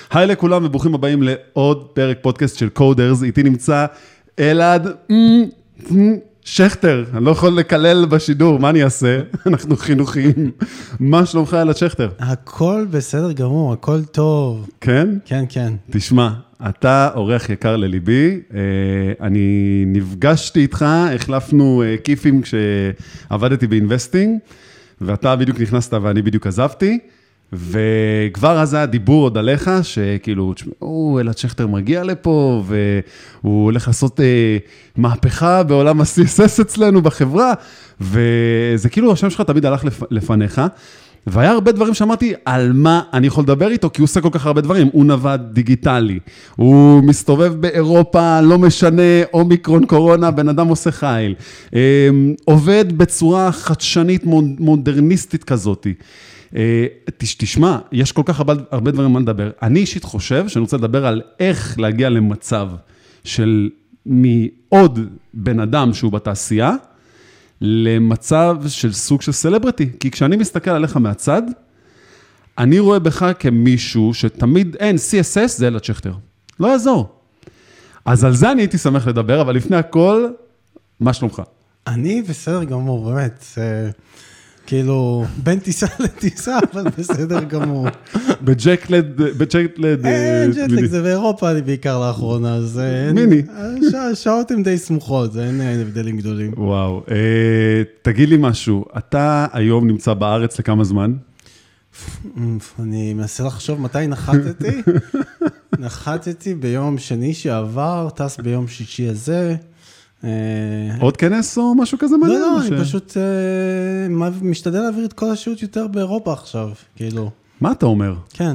היי לכולם וברוכים הבאים לעוד פרק פודקאסט של קודרס, איתי נמצא אלעד שכטר, אני לא יכול לקלל בשידור, מה אני אעשה? אנחנו חינוכיים. מה שלומך אלעד שכטר? הכל בסדר גמור, הכל טוב. כן? כן, כן. תשמע, אתה אורח יקר לליבי, אני נפגשתי איתך, החלפנו כיפים כשעבדתי באינבסטינג, ואתה בדיוק נכנסת ואני בדיוק עזבתי, וכבר אז היה דיבור עוד עליך, שכאילו, תשמעו, אלעד שכטר מגיע לפה, והוא הולך לעשות מהפכה בעולם ה-CSS אצלנו בחברה, וזה כאילו השם שלך תמיד הלך לפניך, והיה הרבה דברים שאמרתי, על מה אני יכול לדבר איתו, כי הוא עושה כל כך הרבה דברים, הוא נווד דיגיטלי, הוא מסתובב באירופה, לא משנה, אומיקרון קורונה, בן אדם עושה חייל, עובד בצורה חדשנית, מודרניסטית כזאת. תשמע, יש כל כך הרבה דברים מה לדבר. אני אישית חושב שאני רוצה לדבר על איך להגיע למצב של מעוד בן אדם שהוא בתעשייה, למצב של סוג של סלבריטי. כי כשאני מסתכל עליך מהצד, אני רואה בך כמישהו שתמיד אין CSS, זה אלעד שכטר. לא יעזור. אז על זה אני הייתי שמח לדבר, אבל לפני הכל, מה שלומך? אני בסדר גמור, באמת. כאילו, בין טיסה לטיסה, אבל בסדר גמור. בג'קלד... אין ג'טלג, זה באירופה אני בעיקר לאחרונה, אז... מיני. השעות הן די סמוכות, אין הבדלים גדולים. וואו. תגיד לי משהו, אתה היום נמצא בארץ לכמה זמן? אני מנסה לחשוב מתי נחתתי. נחתתי ביום שני שעבר, טס ביום שישי הזה. עוד כנס או משהו כזה מעניין? לא, אני פשוט משתדל להעביר את כל השעות יותר באירופה עכשיו, כאילו. מה אתה אומר? כן.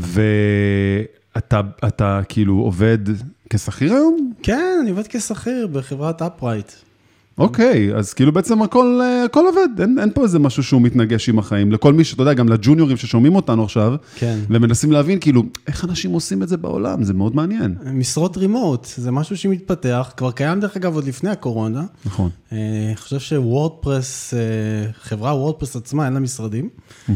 ואתה כאילו עובד כשכיר היום? כן, אני עובד כשכיר בחברת אפרייט. אוקיי, אז כאילו בעצם הכל עובד, אין פה איזה משהו שהוא מתנגש עם החיים, לכל מי שאתה יודע, גם לג'וניורים ששומעים אותנו עכשיו, כן. ומנסים להבין כאילו, איך אנשים עושים את זה בעולם, זה מאוד מעניין. משרות רימוט, זה משהו שמתפתח, כבר קיים דרך אגב עוד לפני הקורונה. נכון. אני חושב שוורדפרס, חברה וורדפרס עצמה, אין לה משרדים,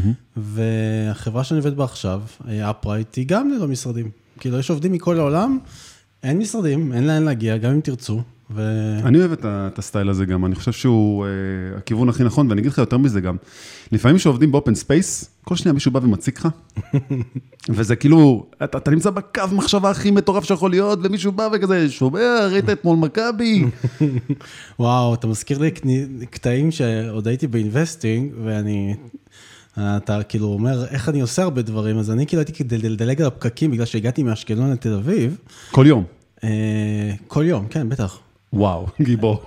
והחברה שאני עובד בה עכשיו, אפרייט, היא גם ללא משרדים. כאילו, יש עובדים מכל העולם, אין משרדים, אין לאן להגיע, גם אם תרצו. אני אוהב את הסטייל הזה גם, אני חושב שהוא הכיוון הכי נכון, ואני אגיד לך יותר מזה גם, לפעמים שעובדים באופן ספייס, כל שנייה מישהו בא ומציק לך, וזה כאילו, אתה נמצא בקו מחשבה הכי מטורף שיכול להיות, ומישהו בא וכזה, שומע, ראית אתמול מכבי. וואו, אתה מזכיר לי קטעים שעוד הייתי באינבסטינג, אתה כאילו אומר, איך אני עושה הרבה דברים, אז אני כאילו הייתי כדי לדלג על הפקקים, בגלל שהגעתי מאשקלון לתל אביב. כל יום? כל יום, כן, בטח. וואו, גיבור.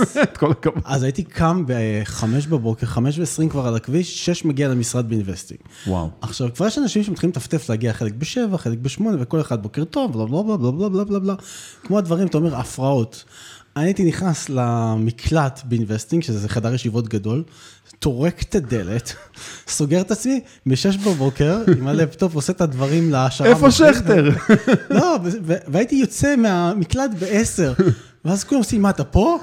אז הייתי קם ב-5 בבוקר, 5:20 כבר על הכביש, 6 מגיע למשרד באינבסטינג. וואו. עכשיו, כבר יש אנשים שמתחילים לטפטף להגיע חלק ב-7, חלק ב-8, וכל אחד בוקר טוב, בלה בלה בלה בלה בלה בלה בלה. כמו הדברים, אתה אומר, הפרעות. אני הייתי נכנס למקלט באינבסטינג, שזה חדר ישיבות גדול, תורק את הדלת, סוגר את עצמי, ב-6 בבוקר, עם הלפטופ, עושה את הדברים להשארה. איפה שכטר? לא, והייתי יוצא מהמקלט ב-10, ואז כולם עושים, מה, אתה פה?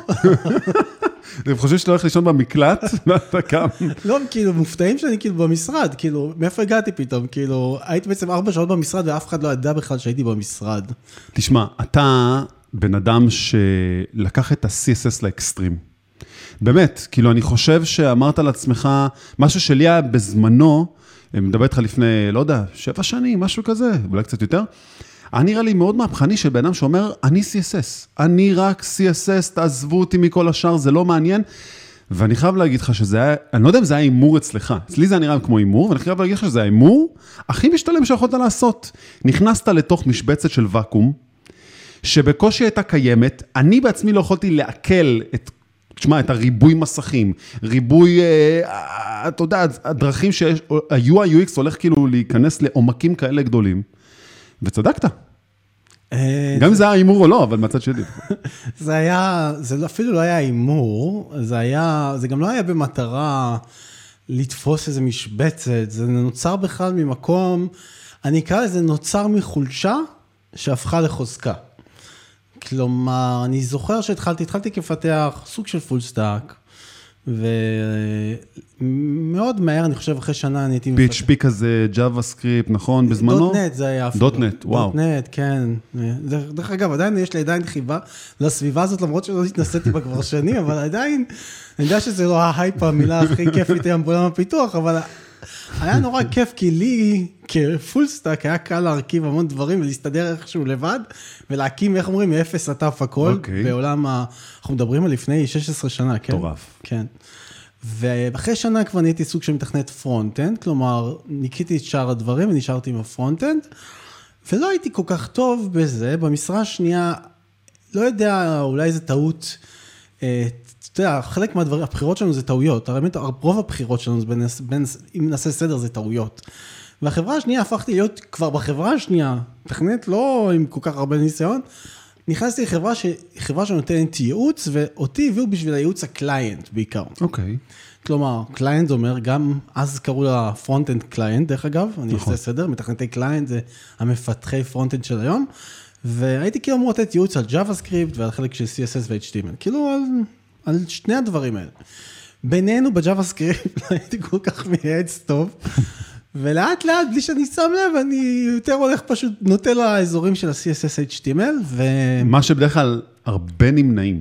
אתם חושבים שאתה הולך לישון במקלט, ואתה קם? לא, כאילו, מופתעים שאני כאילו במשרד, כאילו, מאיפה הגעתי פתאום? כאילו, הייתי בעצם 4 שעות במשרד, ואף אחד לא ידע בכלל שהייתי במשרד. תשמע, אתה בן אדם שלקח את ה-CSS לאקסטרים. באמת, כאילו, אני חושב שאמרת לעצמך, משהו שלי היה בזמנו, מדבר איתך לפני, לא יודע, 7 שנים, משהו כזה, אולי קצת יותר, היה נראה לי מאוד מהפכני של בן אדם שאומר, אני CSS, אני רק CSS, תעזבו אותי מכל השאר, זה לא מעניין, ואני חייב להגיד לך שזה היה, אני לא יודע אם זה היה אימור אצלך, אצלי זה נראה כמו אימור, ואני חייב להגיד לך שזה היה אימור הכי משתלם שיכולת לעשות. נכנסת לתוך משבצת של וקום, שבקושי הייתה קיימת, אני בעצמי לא יכולתי לעכל תשמע, את הריבוי מסכים, ריבוי, אתה יודע, הדרכים שה-UI UX הולך כאילו להיכנס לעומקים כאלה גדולים, וצדקת. גם אם זה היה אימור או לא, אבל מצד שלי. זה אפילו לא היה אימור, זה גם לא היה במטרה לתפוס איזה משבצת, זה נוצר בכלל ממקום, אני אקרא לזה נוצר מחולשה שהפכה לחוזקה. כלומר, אני זוכר שהתחלתי כפתח סוג של פול סטאק, ומאוד מהר, אני חושב, אחרי שנה אני הייתי PHP כזה, JavaScript, נכון, בזמנו? .NET זה היה אפילו. .NET, וואו. .NET, כן. דרך אגב, עדיין יש לי עדיין חיבה לסביבה הזאת, למרות שלא התנסיתי בה כבר שנים, אבל עדיין, אני יודע שזה לא ההייפ, המילה הכי כיפית היום בעולם הפיתוח, אבל היה נורא כיף, כי לי, כפול סטאק, היה קל להרכיב המון דברים, ולהסתדר איכשהו לבד, ולהקים, איך אומרים, מאפס עטף הכל, בעולם, אנחנו מדברים על לפני 16 שנה, כן? טורף. כן. ואחרי שנה כבר נהייתי סוג של מתכנת פרונט-אנד, כלומר, ניקיתי את שאר הדברים ונשארתי עם הפרונט-אנד, ולא הייתי כל כך טוב בזה. במשרה השנייה, לא יודע, אולי זה טעות, אתה יודע, חלק מהדברים, הבחירות שלנו זה טעויות, רוב הבחירות שלנו, אם נעשה סדר, זה טעויות. והחברה השנייה, הפכתי להיות כבר בחברה השנייה, מתכנת לא עם כל כך הרבה ניסיון, נכנסתי לחברה שנותנת ייעוץ, ואותי הביאו בשביל הייעוץ הקליינט בעיקר. אוקיי. כלומר, קליינט אומר, גם אז קראו לה פרונט-אנד קליינט, דרך אגב, אני עושה סדר, מתכנתי קליינט זה המפתחי פרונט-אנד של היום, והייתי כאילו אמור לתת ייעוץ על JavaScript ועל חלק של CSS ו-HTML, כאילו על שני הדברים האלה. בינינו ב-JavaScript הייתי כל כך מייעץ טוב, ולאט לאט, בלי שאני שם לב, אני יותר הולך פשוט, נוטה לאזורים של ה-CSS HTML, מה שבדרך כלל הרבה נמנעים.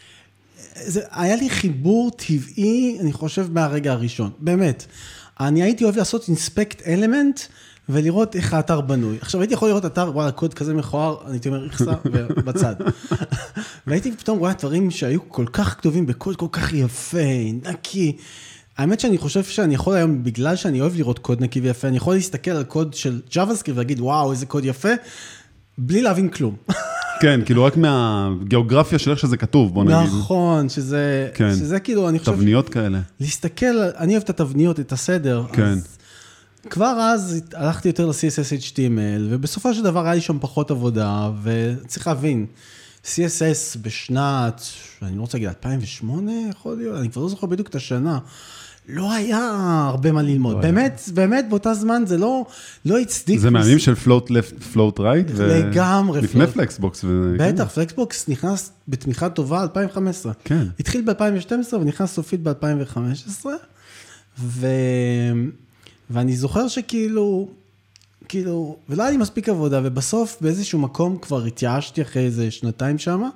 היה לי חיבור טבעי, אני חושב, מהרגע הראשון. באמת. אני הייתי אוהב לעשות אינספקט אלמנט, ולראות איך האתר בנוי. עכשיו, הייתי יכול לראות אתר, וואלה, קוד כזה מכוער, אני הייתי אומר, יחסה, ובצד. והייתי פתאום רואה דברים שהיו כל כך כתובים, בקוד כל כך יפה, נקי. האמת שאני חושב שאני יכול היום, בגלל שאני אוהב לראות קוד נקי ויפה, אני יכול להסתכל על קוד של JavaScript ולהגיד, וואו, איזה קוד יפה, בלי להבין כלום. כן, כאילו רק מהגיאוגרפיה של איך שזה כתוב, בוא נגיד. נכון, שזה כאילו, אני חושב... תבניות כאלה. להסתכל, אני אוהב את התבניות, את הסדר. כן. כבר אז הלכתי יותר ל-CSS HTML, ובסופו של דבר היה לי שם פחות עבודה, וצריך להבין, CSS בשנת, אני לא רוצה להגיד, 2008 יכול להיות, אני כבר לא זוכר בדיוק את השנה, לא היה הרבה מה ללמוד. באמת, באותה זמן זה לא הצדיק. זה מהימים של float left, float right? לגמרי. לפני פלקסבוקס. בטח, פלקסבוקס נכנס בתמיכה טובה 2015. כן. התחיל ב-2012 ונכנס סופית ב-2015, ואני זוכר שכאילו, ולא היה לי מספיק עבודה, ובסוף באיזשהו מקום כבר התייאשתי אחרי איזה שנתיים שמה,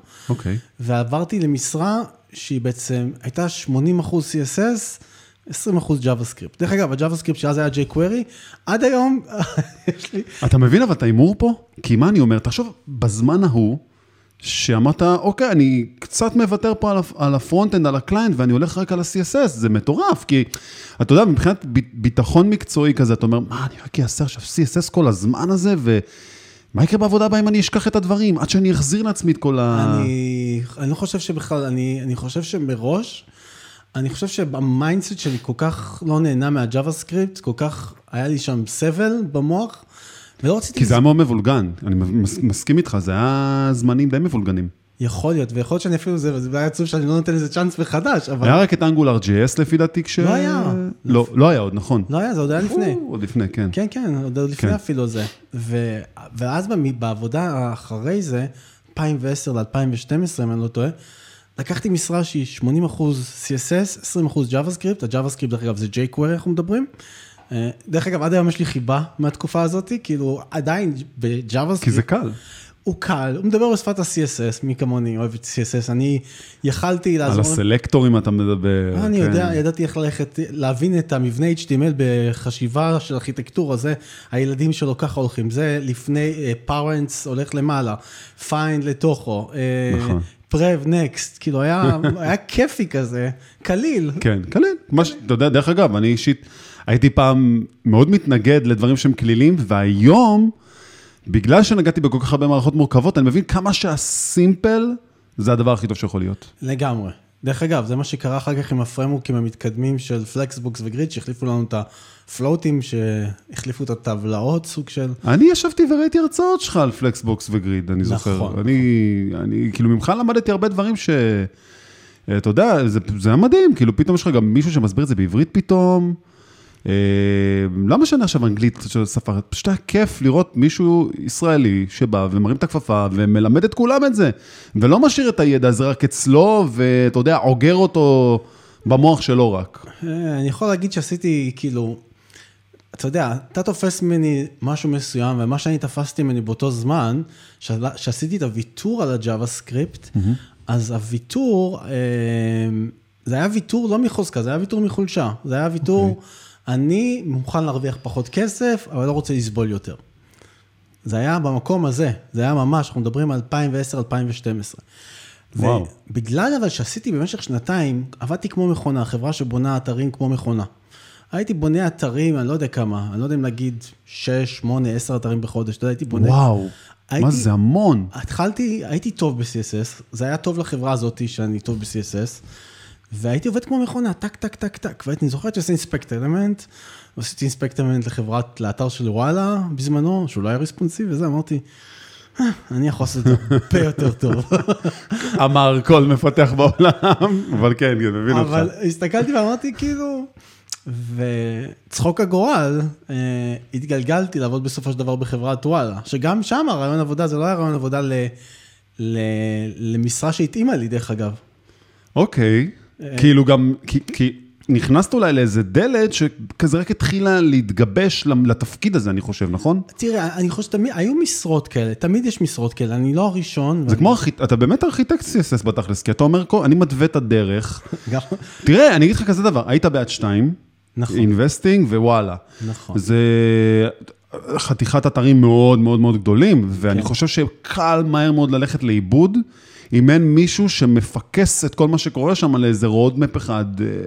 ועברתי למשרה שהיא בעצם הייתה 80% CSS, 20% JavaScript. דרך אגב, ה-JavaScript שאז היה jQuery, עד היום יש לי... אתה מבין אבל את האימור פה? כי מה אני אומר? תחשוב, בזמן ההוא, שאמרת, אוקיי, אני קצת מוותר פה על הפרונט-אנד, על הקליינט, ואני הולך רק על ה-CSS, זה מטורף, כי אתה יודע, מבחינת ביטחון מקצועי כזה, אתה אומר, מה, אני רק אעשה עכשיו CSS כל הזמן הזה, ומה יקרה בעבודה בה אם אני אשכח את הדברים, עד שאני אחזיר לעצמי את כל ה... אני לא חושב שבכלל, אני חושב שמראש, אני חושב שהמיינדסט שלי כל כך לא נהנה מה-JavaScript, כל כך היה לי שם סבל במוח, ולא רציתי... כי זה היה מאוד מבולגן, אני מסכים איתך, זה היה זמנים די מבולגנים. יכול להיות, ויכול להיות שאני אפילו זה היה עצוב שאני לא נותן איזה צ'אנס מחדש, אבל... היה רק את AngularJS לפי דעתי כש... לא היה. לא היה עוד, נכון. לא היה, זה עוד היה לפני. עוד לפני, כן. כן, עוד לפני אפילו זה. ואז בעבודה אחרי זה, 2010 ל-2012, אם אני לא טועה, לקחתי משרה שהיא 80% CSS, 20% JavaScript, ה-JavaScript דרך אגב זה jQuery אנחנו מדברים, דרך אגב עד היום יש לי חיבה מהתקופה הזאת, כאילו עדיין ב-JavaScript, כי זה קל. הוא קל, הוא מדבר בשפת ה-CSS, מי כמוני אוהב את CSS, אני יכלתי לעזור... על הסלקטורים אתה מדבר. אני יודע, ידעתי איך ללכת, להבין את המבנה HTML בחשיבה של ארכיטקטורה, זה הילדים שלו ככה הולכים, זה לפני parents הולך למעלה, find לתוכו, נכון. פרב, נקסט, כאילו היה כיפי כזה, קליל. כן, קליל. אתה יודע, דרך אגב, אני אישית הייתי פעם מאוד מתנגד לדברים שהם כלילים, והיום, בגלל שנגעתי בכל כך הרבה מערכות מורכבות, אני מבין כמה שהסימפל זה הדבר הכי טוב שיכול להיות. לגמרי. דרך אגב, זה מה שקרה אחר כך עם הפרמורקים המתקדמים של פלקסבוקס וגריד, שהחליפו לנו את הפלוטים, שהחליפו את הטבלאות, סוג של... אני ישבתי וראיתי הרצאות שלך על פלקסבוקס וגריד, אני זוכר. נכון. אני כאילו ממך למדתי הרבה דברים אתה יודע, זה היה מדהים, כאילו פתאום יש לך גם מישהו שמסביר את זה בעברית פתאום, למה שאני עכשיו אנגלית של שפה? פשוט היה כיף לראות מישהו ישראלי שבא ומרים את הכפפה ומלמד את כולם את זה, ולא משאיר את הידע הזה רק אצלו, ואתה יודע, עוגר אותו במוח שלא רק. אני יכול להגיד שעשיתי, כאילו, אתה יודע, אתה תופס ממני משהו מסוים, ומה שאני תפסתי ממני באותו זמן, שעשיתי את הוויתור על הג'אווה סקריפט, אז הוויתור, זה היה ויתור לא מחוזקה, זה היה ויתור מחולשה. זה היה ויתור, אני מוכן להרוויח פחות כסף, אבל לא רוצה לסבול יותר. זה היה במקום הזה, זה היה ממש, אנחנו מדברים על 2010-2012. וואו. ובגלל אבל שעשיתי במשך שנתיים, עבדתי כמו מכונה, חברה שבונה אתרים כמו מכונה. הייתי בונה אתרים, אני לא יודע כמה, אני לא יודע אם להגיד 6, 8, 10 אתרים בחודש, אתה יודע, הייתי בונה. וואו, מה זה המון? הייתי טוב ב-CSS, זה היה טוב לחברה הזאת שאני טוב ב-CSS, והייתי עובד כמו מכונה, טק, טק, טק, טק, והייתי זוכרת שעשיתי אינספקט אלמנט, ועשיתי אינספקט אלמנט לאתר של וואלה, בזמנו, שהוא לא היה ריספונסיבי, וזה, אמרתי, אני יכול לעשות את זה הרבה יותר טוב. אמר כל מפתח בעולם, אבל כן, מבין אותך. אבל הסתכלתי ואמרתי, כאילו, וצחוק הגורל, התגלגלתי לעבוד בסופו של דבר בחברת וואלה, שגם שם הרעיון עבודה, זה לא היה רעיון עבודה למשרה שהתאימה לי, דרך אגב. אוקיי, כאילו גם, כי נכנסת אולי לאיזה דלת שכזה רק התחילה להתגבש לתפקיד הזה, אני חושב, נכון? תראה, אני חושב שתמיד, היו משרות כאלה, תמיד יש משרות כאלה, אני לא הראשון. זה כמו, אתה באמת ארכיטקט CSS בתכלס, כי אתה אומר, אני מתווה את הדרך. תראה, אני אגיד לך כזה דבר, היית בעד 2, אינבסטינג ווואלה. נכון. זה חתיכת אתרים מאוד מאוד מאוד גדולים, ואני חושב שקל מהר מאוד ללכת לאיבוד, אם אין מישהו שמפקס את כל מה שקורה שם על איזה רודמפ אחד.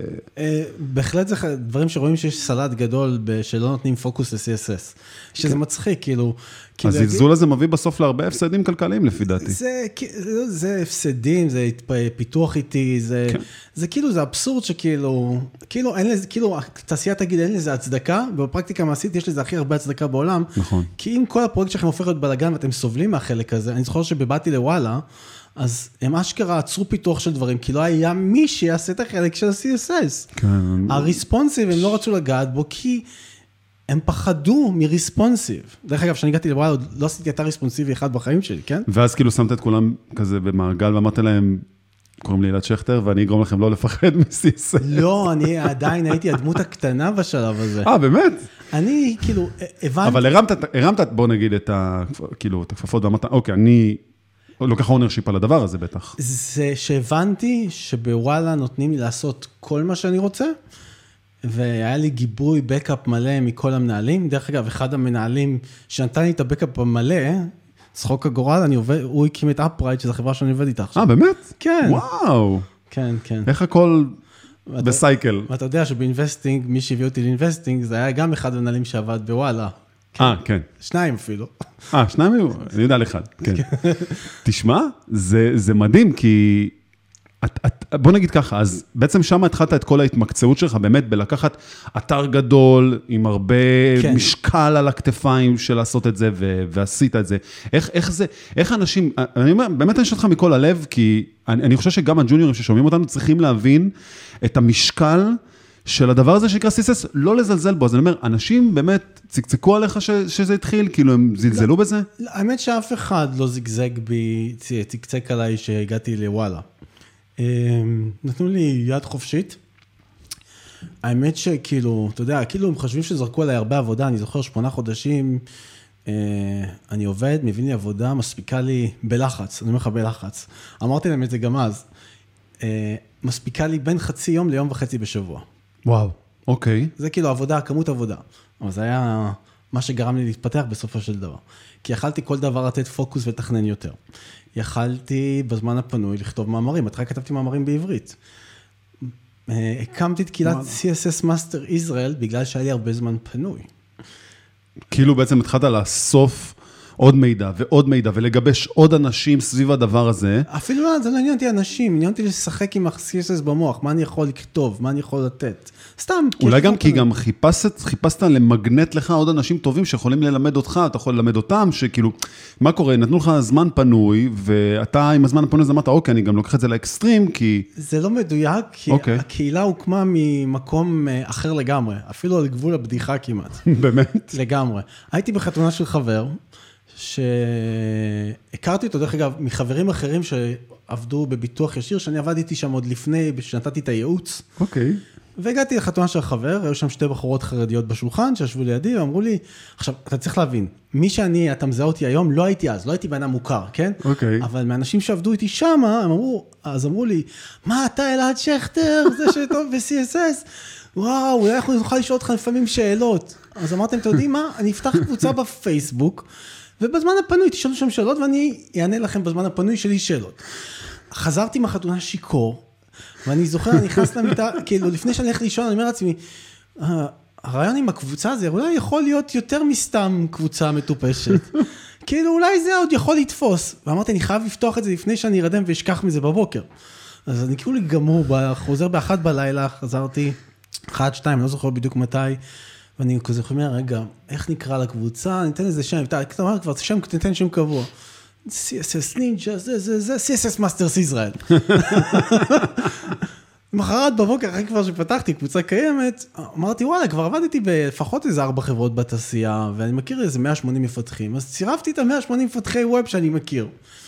בהחלט זה דברים שרואים שיש סלט גדול שלא נותנים פוקוס ל-CSS. שזה מצחיק, כאילו... הזלזול הזה מביא בסוף להרבה הפסדים כלכליים, לפי דעתי. זה הפסדים, זה פיתוח איטי, זה כאילו, זה אבסורד שכאילו, כאילו, תעשייה תגיד, אין לזה הצדקה, ובפרקטיקה מעשית יש לזה הכי הרבה הצדקה בעולם. נכון. כי אם כל הפרויקט שלכם הופך להיות בלגן ואתם סובלים מהחלק הזה, אני זוכר שבאתי לוואלה, אז הם אשכרה עצרו פיתוח של דברים, כי לא היה מי שיעשה את החלק של ה-CSS. כן. הריספונסיב, הם לא רצו לגעת בו, כי הם פחדו מריספונסיב. דרך אגב, כשאני הגעתי לוואלה, לא עשיתי אתר ריספונסיבי אחד בחיים שלי, כן? ואז כאילו שמת את כולם כזה במעגל, ואמרת להם, קוראים לי אלעד שכטר, ואני אגרום לכם לא לפחד מ-CSS. לא, אני עדיין הייתי הדמות הקטנה בשלב הזה. באמת? אני כאילו, הבנתי... אבל הרמת, בוא נגיד, את הכפפות, ואמרת, אוקיי, אני לוקח אונרשיפ על הדבר הזה בטח. זה שהבנתי שבוואלה נותנים לי לעשות כל מה שאני רוצה, והיה לי גיבוי בקאפ מלא מכל המנהלים. דרך אגב, אחד המנהלים שנתן לי את הבקאפ המלא, צחוק הגורל, הוא הקים את אפרייט, שזו החברה שאני עובד איתה עכשיו. באמת? כן. וואו. כן, כן. איך הכל בסייקל? ואתה יודע שבאינבסטינג, מי שהביא אותי לאינבסטינג, זה היה גם אחד המנהלים שעבד בוואלה. כן. 2 אפילו. 2 היו, אני יודע על 1, כן. תשמע, זה מדהים, כי בוא נגיד ככה, אז בעצם שם התחלת את כל ההתמקצעות שלך, באמת בלקחת אתר גדול, עם הרבה משקל על הכתפיים של לעשות את זה, ועשית את זה. איך אנשים, אני אומר, באמת אני שואל אותך מכל הלב, כי אני חושב שגם הג'וניורים ששומעים אותנו, צריכים להבין את המשקל של הדבר הזה שנקרא CSS, לא לזלזל בו. אז אני אומר, אנשים באמת צקצקו עליך שזה התחיל, כאילו הם זלזלו בזה? האמת שאף אחד לא זגזג בי, צקצק עליי שהגעתי לוואלה. נתנו לי יד חופשית. האמת שכאילו, אתה יודע, כאילו הם חושבים שזרקו עליי הרבה עבודה, אני זוכר 8 חודשים, אני עובד, מבין לי עבודה, מספיקה לי בלחץ, אני אומר לך בלחץ. אמרתי להם את זה גם אז, מספיקה לי בין חצי יום ליום וחצי בשבוע. וואו, אוקיי. זה כאילו עבודה, כמות עבודה. אבל זה היה מה שגרם לי להתפתח בסופו של דבר. כי יכלתי כל דבר לתת פוקוס ותכנן יותר. יכלתי בזמן הפנוי לכתוב מאמרים. התחלה כתבתי מאמרים בעברית. הקמתי את קהילת CSS Master Israel בגלל שהיה לי הרבה זמן פנוי. כאילו בעצם התחלת לאסוף עוד מידע ועוד מידע, ולגבש עוד אנשים סביב הדבר הזה. אפילו לא, זה לא עניין אותי אנשים, עניין אותי לשחק עם ה-CSS במוח, מה אני יכול לכתוב, מה אני יכול לתת. סתם. אולי גם כי גם חיפשת למגנט לך עוד אנשים טובים שיכולים ללמד אותך, אתה יכול ללמד אותם, שכאילו, מה קורה? נתנו לך זמן פנוי, ואתה עם הזמן הפנוי אמרת, אוקיי, אני גם לוקח את זה לאקסטרים, כי... זה לא מדויק, כי הקהילה הוקמה ממקום אחר לגמרי, אפילו על גבול הבדיחה כמעט. באמת? לגמרי. הייתי בחתונה של חבר, שהכרתי אותו, דרך אגב, מחברים אחרים שעבדו בביטוח ישיר, שאני עבדתי שם עוד לפני, שנתתי את הייעוץ. אוקיי. והגעתי לחתונה של החבר, היו שם שתי בחורות חרדיות בשולחן, שישבו לידי, ואמרו לי, עכשיו, אתה צריך להבין, מי שאני, אתה מזהה אותי היום, לא הייתי אז, לא הייתי בן מוכר, כן? אוקיי. אבל מאנשים שעבדו איתי שם, אז אמרו לי, מה, אתה אלעד שכטר, זה שטוב ב-CSS? וואו, אולי אנחנו נוכל לשאול אותך לפעמים שאלות. אז אמרתם, אתה יודעים מה? אני אפתח קבוצה בפייסבוק, ובזמן הפנוי תשאלו שם שאלות, ואני אענה לכם בזמן הפנוי שלי שאלות. חזרתי מהחתונה שיקור, ואני זוכר, אני נכנס למיטה, כאילו, לפני שאני הולך לישון, אני אומר לעצמי, הרעיון עם הקבוצה הזה, אולי יכול להיות יותר מסתם קבוצה מטופשת. כאילו, אולי זה עוד יכול לתפוס. ואמרתי, אני חייב לפתוח את זה לפני שאני ארדם ואשכח מזה בבוקר. אז אני כאילו גמור, חוזר באחת בלילה, חזרתי, 1, 2, אני לא זוכר בדיוק מתי, ואני כזה אומר, רגע, איך נקרא לקבוצה? ניתן איזה שם, אתה אומר כבר, ניתן שם קבוע. CSS Ninja, זה CSS Masters Israel. מחרת בבוקר, אחרי כבר שפתחתי קבוצה קיימת, אמרתי, וואלה, כבר עבדתי לפחות איזה 4 חברות בתעשייה, ואני מכיר איזה 180 מפתחים, אז צירפתי את ה-180 מפתחי ווב שאני מכיר.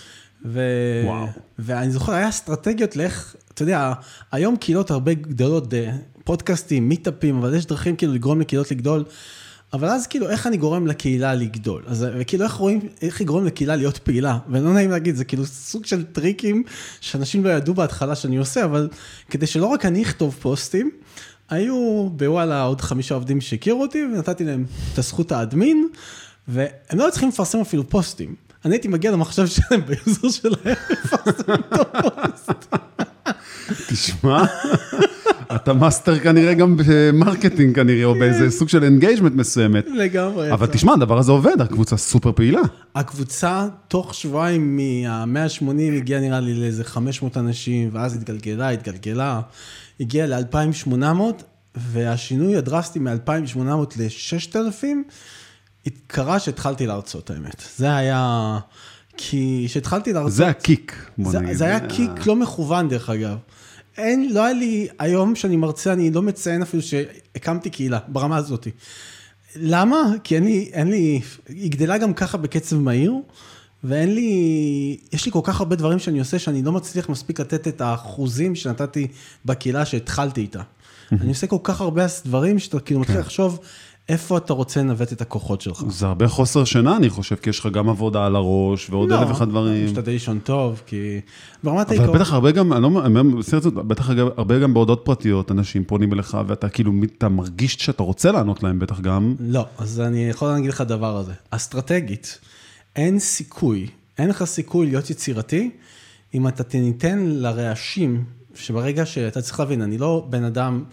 ואני זוכר, היה אסטרטגיות לאיך, אתה יודע, היום קהילות הרבה גדולות, פודקאסטים, מיטאפים, אבל יש דרכים כאילו לגרום לקהילות לגדול, אבל אז כאילו, איך אני גורם לקהילה לגדול? אז, וכאילו, איך לגרום לקהילה להיות פעילה? ולא נעים להגיד, זה כאילו סוג של טריקים שאנשים לא ידעו בהתחלה שאני עושה, אבל כדי שלא רק אני אכתוב פוסטים, היו בוואלה עוד 5 עובדים שהכירו אותי, ונתתי להם את הזכות האדמין, והם לא צריכים לפרסם אפילו פוסטים. אני הייתי מגיע למחשב שלהם ביוזר שלהם, לפרסם אותו פוסט. תשמע, אתה מאסטר כנראה גם במרקטינג כנראה, או באיזה סוג של אינגייג'מנט מסוימת. לגמרי. אבל תשמע, הדבר הזה עובד, הקבוצה סופר פעילה. הקבוצה, תוך שבועיים מה-180 הגיעה נראה לי לאיזה 500 אנשים, ואז התגלגלה, הגיעה ל-2,800, והשינוי הדרסטי מ-2,800 ל-6,000, קרה שהתחלתי להרצות, האמת. זה היה... כי שהתחלתי להרצות... זה הקיק. זה היה קיק לא מכוון, דרך אגב. לא היה לי, היום שאני מרצה, אני לא מציין אפילו שהקמתי קהילה, ברמה הזאת. למה? כי היא גדלה גם ככה בקצב מהיר, יש לי כל כך הרבה דברים שאני עושה, שאני לא מצליח מספיק לתת את האחוזים שנתתי בקהילה שהתחלתי איתה. אני עושה כל כך הרבה דברים, שאתה כאילו מתחיל לחשוב, איפה אתה רוצה לנווט את הכוחות שלך? זה הרבה חוסר שינה, אני חושב, כי יש לך גם עבודה על הראש, ועוד 1,001 דברים. לא, משתדל לישון טוב, כי... אבל בטח הרבה גם, בטח הרבה גם בהודעות פרטיות, אנשים פונים אליך, ואתה כאילו, אתה מרגיש שאתה רוצה לענות להם, בטח גם. לא, אז אני יכול להגיד לך דבר הזה. אסטרטגית, אין לך סיכוי להיות יצירתי, אם אתה תניתן לרעשים, שברגע שאתה צריך להבין, אני לא בן אדם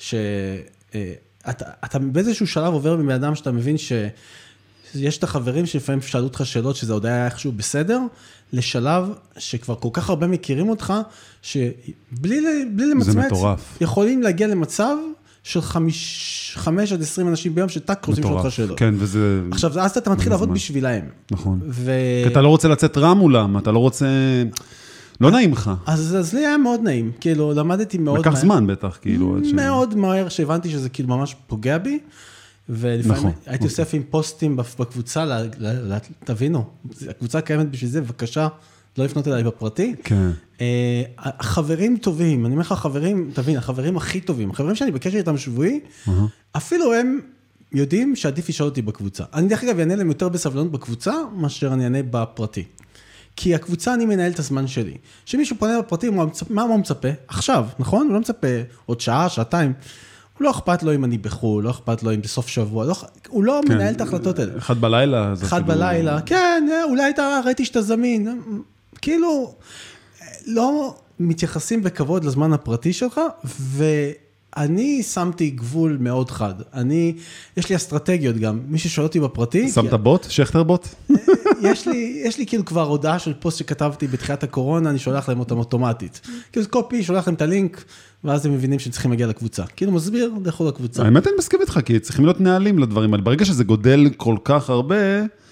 אתה באיזשהו שלב עובר מבן אדם שאתה מבין שיש את החברים שלפעמים שאלו אותך שאלות שזה עוד היה איכשהו בסדר, לשלב שכבר כל כך הרבה מכירים אותך, שבלי למצמץ, יכולים להגיע למצב של 5 עד 20 אנשים ביום שטק רוצים לשאול אותך שאלות. כן, וזה... עכשיו, אז אתה מתחיל לעבוד בשבילהם. נכון. כי אתה לא רוצה לצאת רע מולם, אתה לא רוצה... לא נעים לך. אז לי היה מאוד נעים, כאילו, למדתי מאוד מהר. לקח זמן בטח, כאילו. מאוד מהר שהבנתי שזה כאילו ממש פוגע בי, ולפעמים הייתי אוסף עם פוסטים בקבוצה, תבינו, הקבוצה קיימת בשביל זה, בבקשה, לא לפנות אליי בפרטי. כן. החברים טובים, אני אומר לך חברים, תבין, החברים הכי טובים, החברים שאני בקשר איתם שבועי, אפילו הם יודעים שעדיף לשאול אותי בקבוצה. אני דרך אגב אענה להם יותר בסבלנות בקבוצה, מאשר אני אענה בפרטי. כי הקבוצה אני מנהל את הזמן שלי. שמישהו פונה בפרטי, מה הוא מצפה? עכשיו, נכון? הוא לא מצפה עוד שעה, שעתיים. הוא לא אכפת לו אם אני בחו"ל, לא אכפת לו אם בסוף שבוע, הוא לא מנהל את ההחלטות האלה. 1 בלילה. 1 בלילה, כן, אולי ראיתי שאתה זמין. כאילו, לא מתייחסים בכבוד לזמן הפרטי שלך, ואני שמתי גבול מאוד חד. יש לי אסטרטגיות גם. מי ששואל אותי בפרטי... שמת בוט? שכטר בוט? יש לי כאילו כבר הודעה של פוסט שכתבתי בתחילת הקורונה, אני שולח להם אותם אוטומטית. כאילו קופי, שולח להם את הלינק, ואז הם מבינים שצריכים להגיע לקבוצה. כאילו מסביר, דחו לקבוצה. האמת אני מסכים איתך, כי צריכים להיות נהלים לדברים האלה. ברגע שזה גודל כל כך הרבה,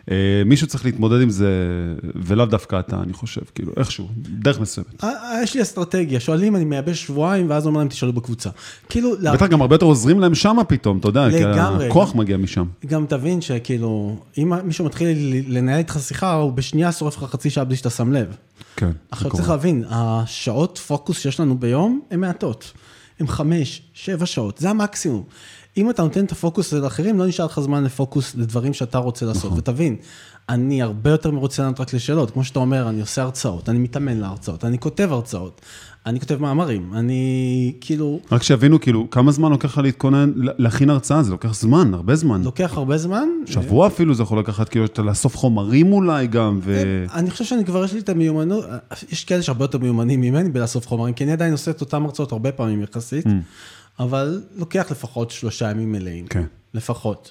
מישהו צריך להתמודד עם זה, ולאו דווקא אתה, אני חושב, כאילו, איכשהו, דרך מסוימת. יש לי אסטרטגיה, שואלים, אני מייבש שבועיים, ואז אומר להם, תשאלו בקבוצה. כאילו... בטח גם הרבה יותר עוזרים להם שמה פתאום, אתה יודע, כי הכוח מגיע משם. גם תבין שכאילו, אם מישהו מתחיל לנהל איתך שיחה, הוא בשנייה שורף לך חצי שעה בלי שאתה שם לב. כן. עכשיו צריך להבין, השעות פוקוס שיש לנו ביום, הן מעטות. הן 5, 7 שעות, זה המקסימום. אם אתה נותן את הפוקוס לאחרים, לא נשאר לך זמן לפוקוס לדברים שאתה רוצה לעשות. ותבין, אני הרבה יותר מרוצה לענות רק לשאלות. כמו שאתה אומר, אני עושה הרצאות, אני מתאמן להרצאות, אני כותב הרצאות, אני כותב מאמרים, אני כאילו... רק שיבינו, כאילו, כמה זמן לוקח לך להתכונן, להכין הרצאה? זה לוקח זמן, הרבה זמן. לוקח הרבה זמן. שבוע אפילו זה יכול לקחת, כאילו, לאסוף חומרים אולי גם, אני חושב שאני כבר יש לי את המיומנות, יש כאלה שהרבה יותר מיומנים ממני בלאסוף חומרים, כי אני עדיין עושה את אותם הרצאות הרבה פעמים יחסית, אבל לוקח לפחות 3 ימים מלאים. כן. לפחות.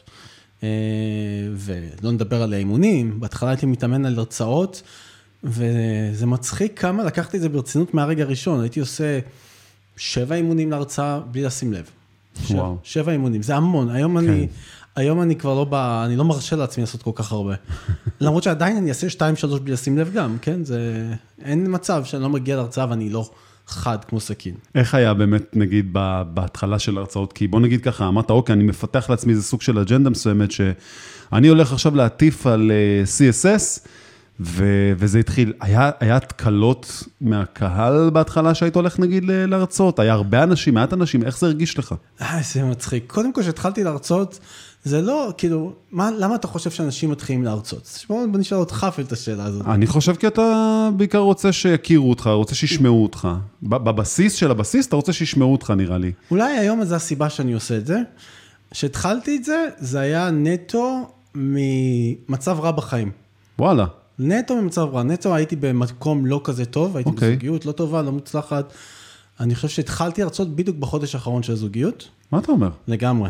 ולא נדבר על האימונים, בהתחלה הייתי מתאמן על הרצאות, וזה מצחיק כמה, לקחתי את זה ברצינות מהרגע הראשון, הייתי עושה 7 אימונים להרצאה בלי לשים לב. 7 אימונים, זה המון. היום אני כבר לא אני לא מרשה לעצמי לעשות כל כך הרבה. למרות שעדיין אני אעשה 2-3 בלי לשים לב גם, כן? אין מצב שאני לא מגיע להרצאה ואני לא חד כמו סכין. איך היה באמת, נגיד, בהתחלה של הרצאות? כי בוא נגיד ככה, אמרת, אוקיי, אני מפתח לעצמי איזה סוג של אג'נדה מסוימת, שאני הולך עכשיו להטיף על CSS, וזה התחיל, היה תקלות מהקהל בהתחלה שהיית הולך נגיד להרצאות? היה הרבה אנשים, מעט אנשים, איך זה הרגיש לך? זה מצחיק. קודם כל שהתחלתי להרצאות, זה לא, כאילו, למה אתה חושב שאנשים מתחילים להרצות? בוא נשאל אותך אפילו את השאלה הזאת. אני חושב כי אתה בעיקר רוצה שיכירו אותך, רוצה שישמעו אותך. בבסיס של הבסיס, אתה רוצה שישמעו אותך, נראה לי. אולי היום זה הסיבה שאני עושה את זה. שהתחלתי את זה, זה היה נטו ממצב רע בחיים. וואלה. נטו ממצב רע. נטו הייתי במקום לא כזה טוב, הייתי בזוגיות לא טובה, לא מוצלחת. אני חושב שהתחלתי להרצות בדיוק בחודש האחרון של הזוגיות. מה אתה אומר? לגמרי.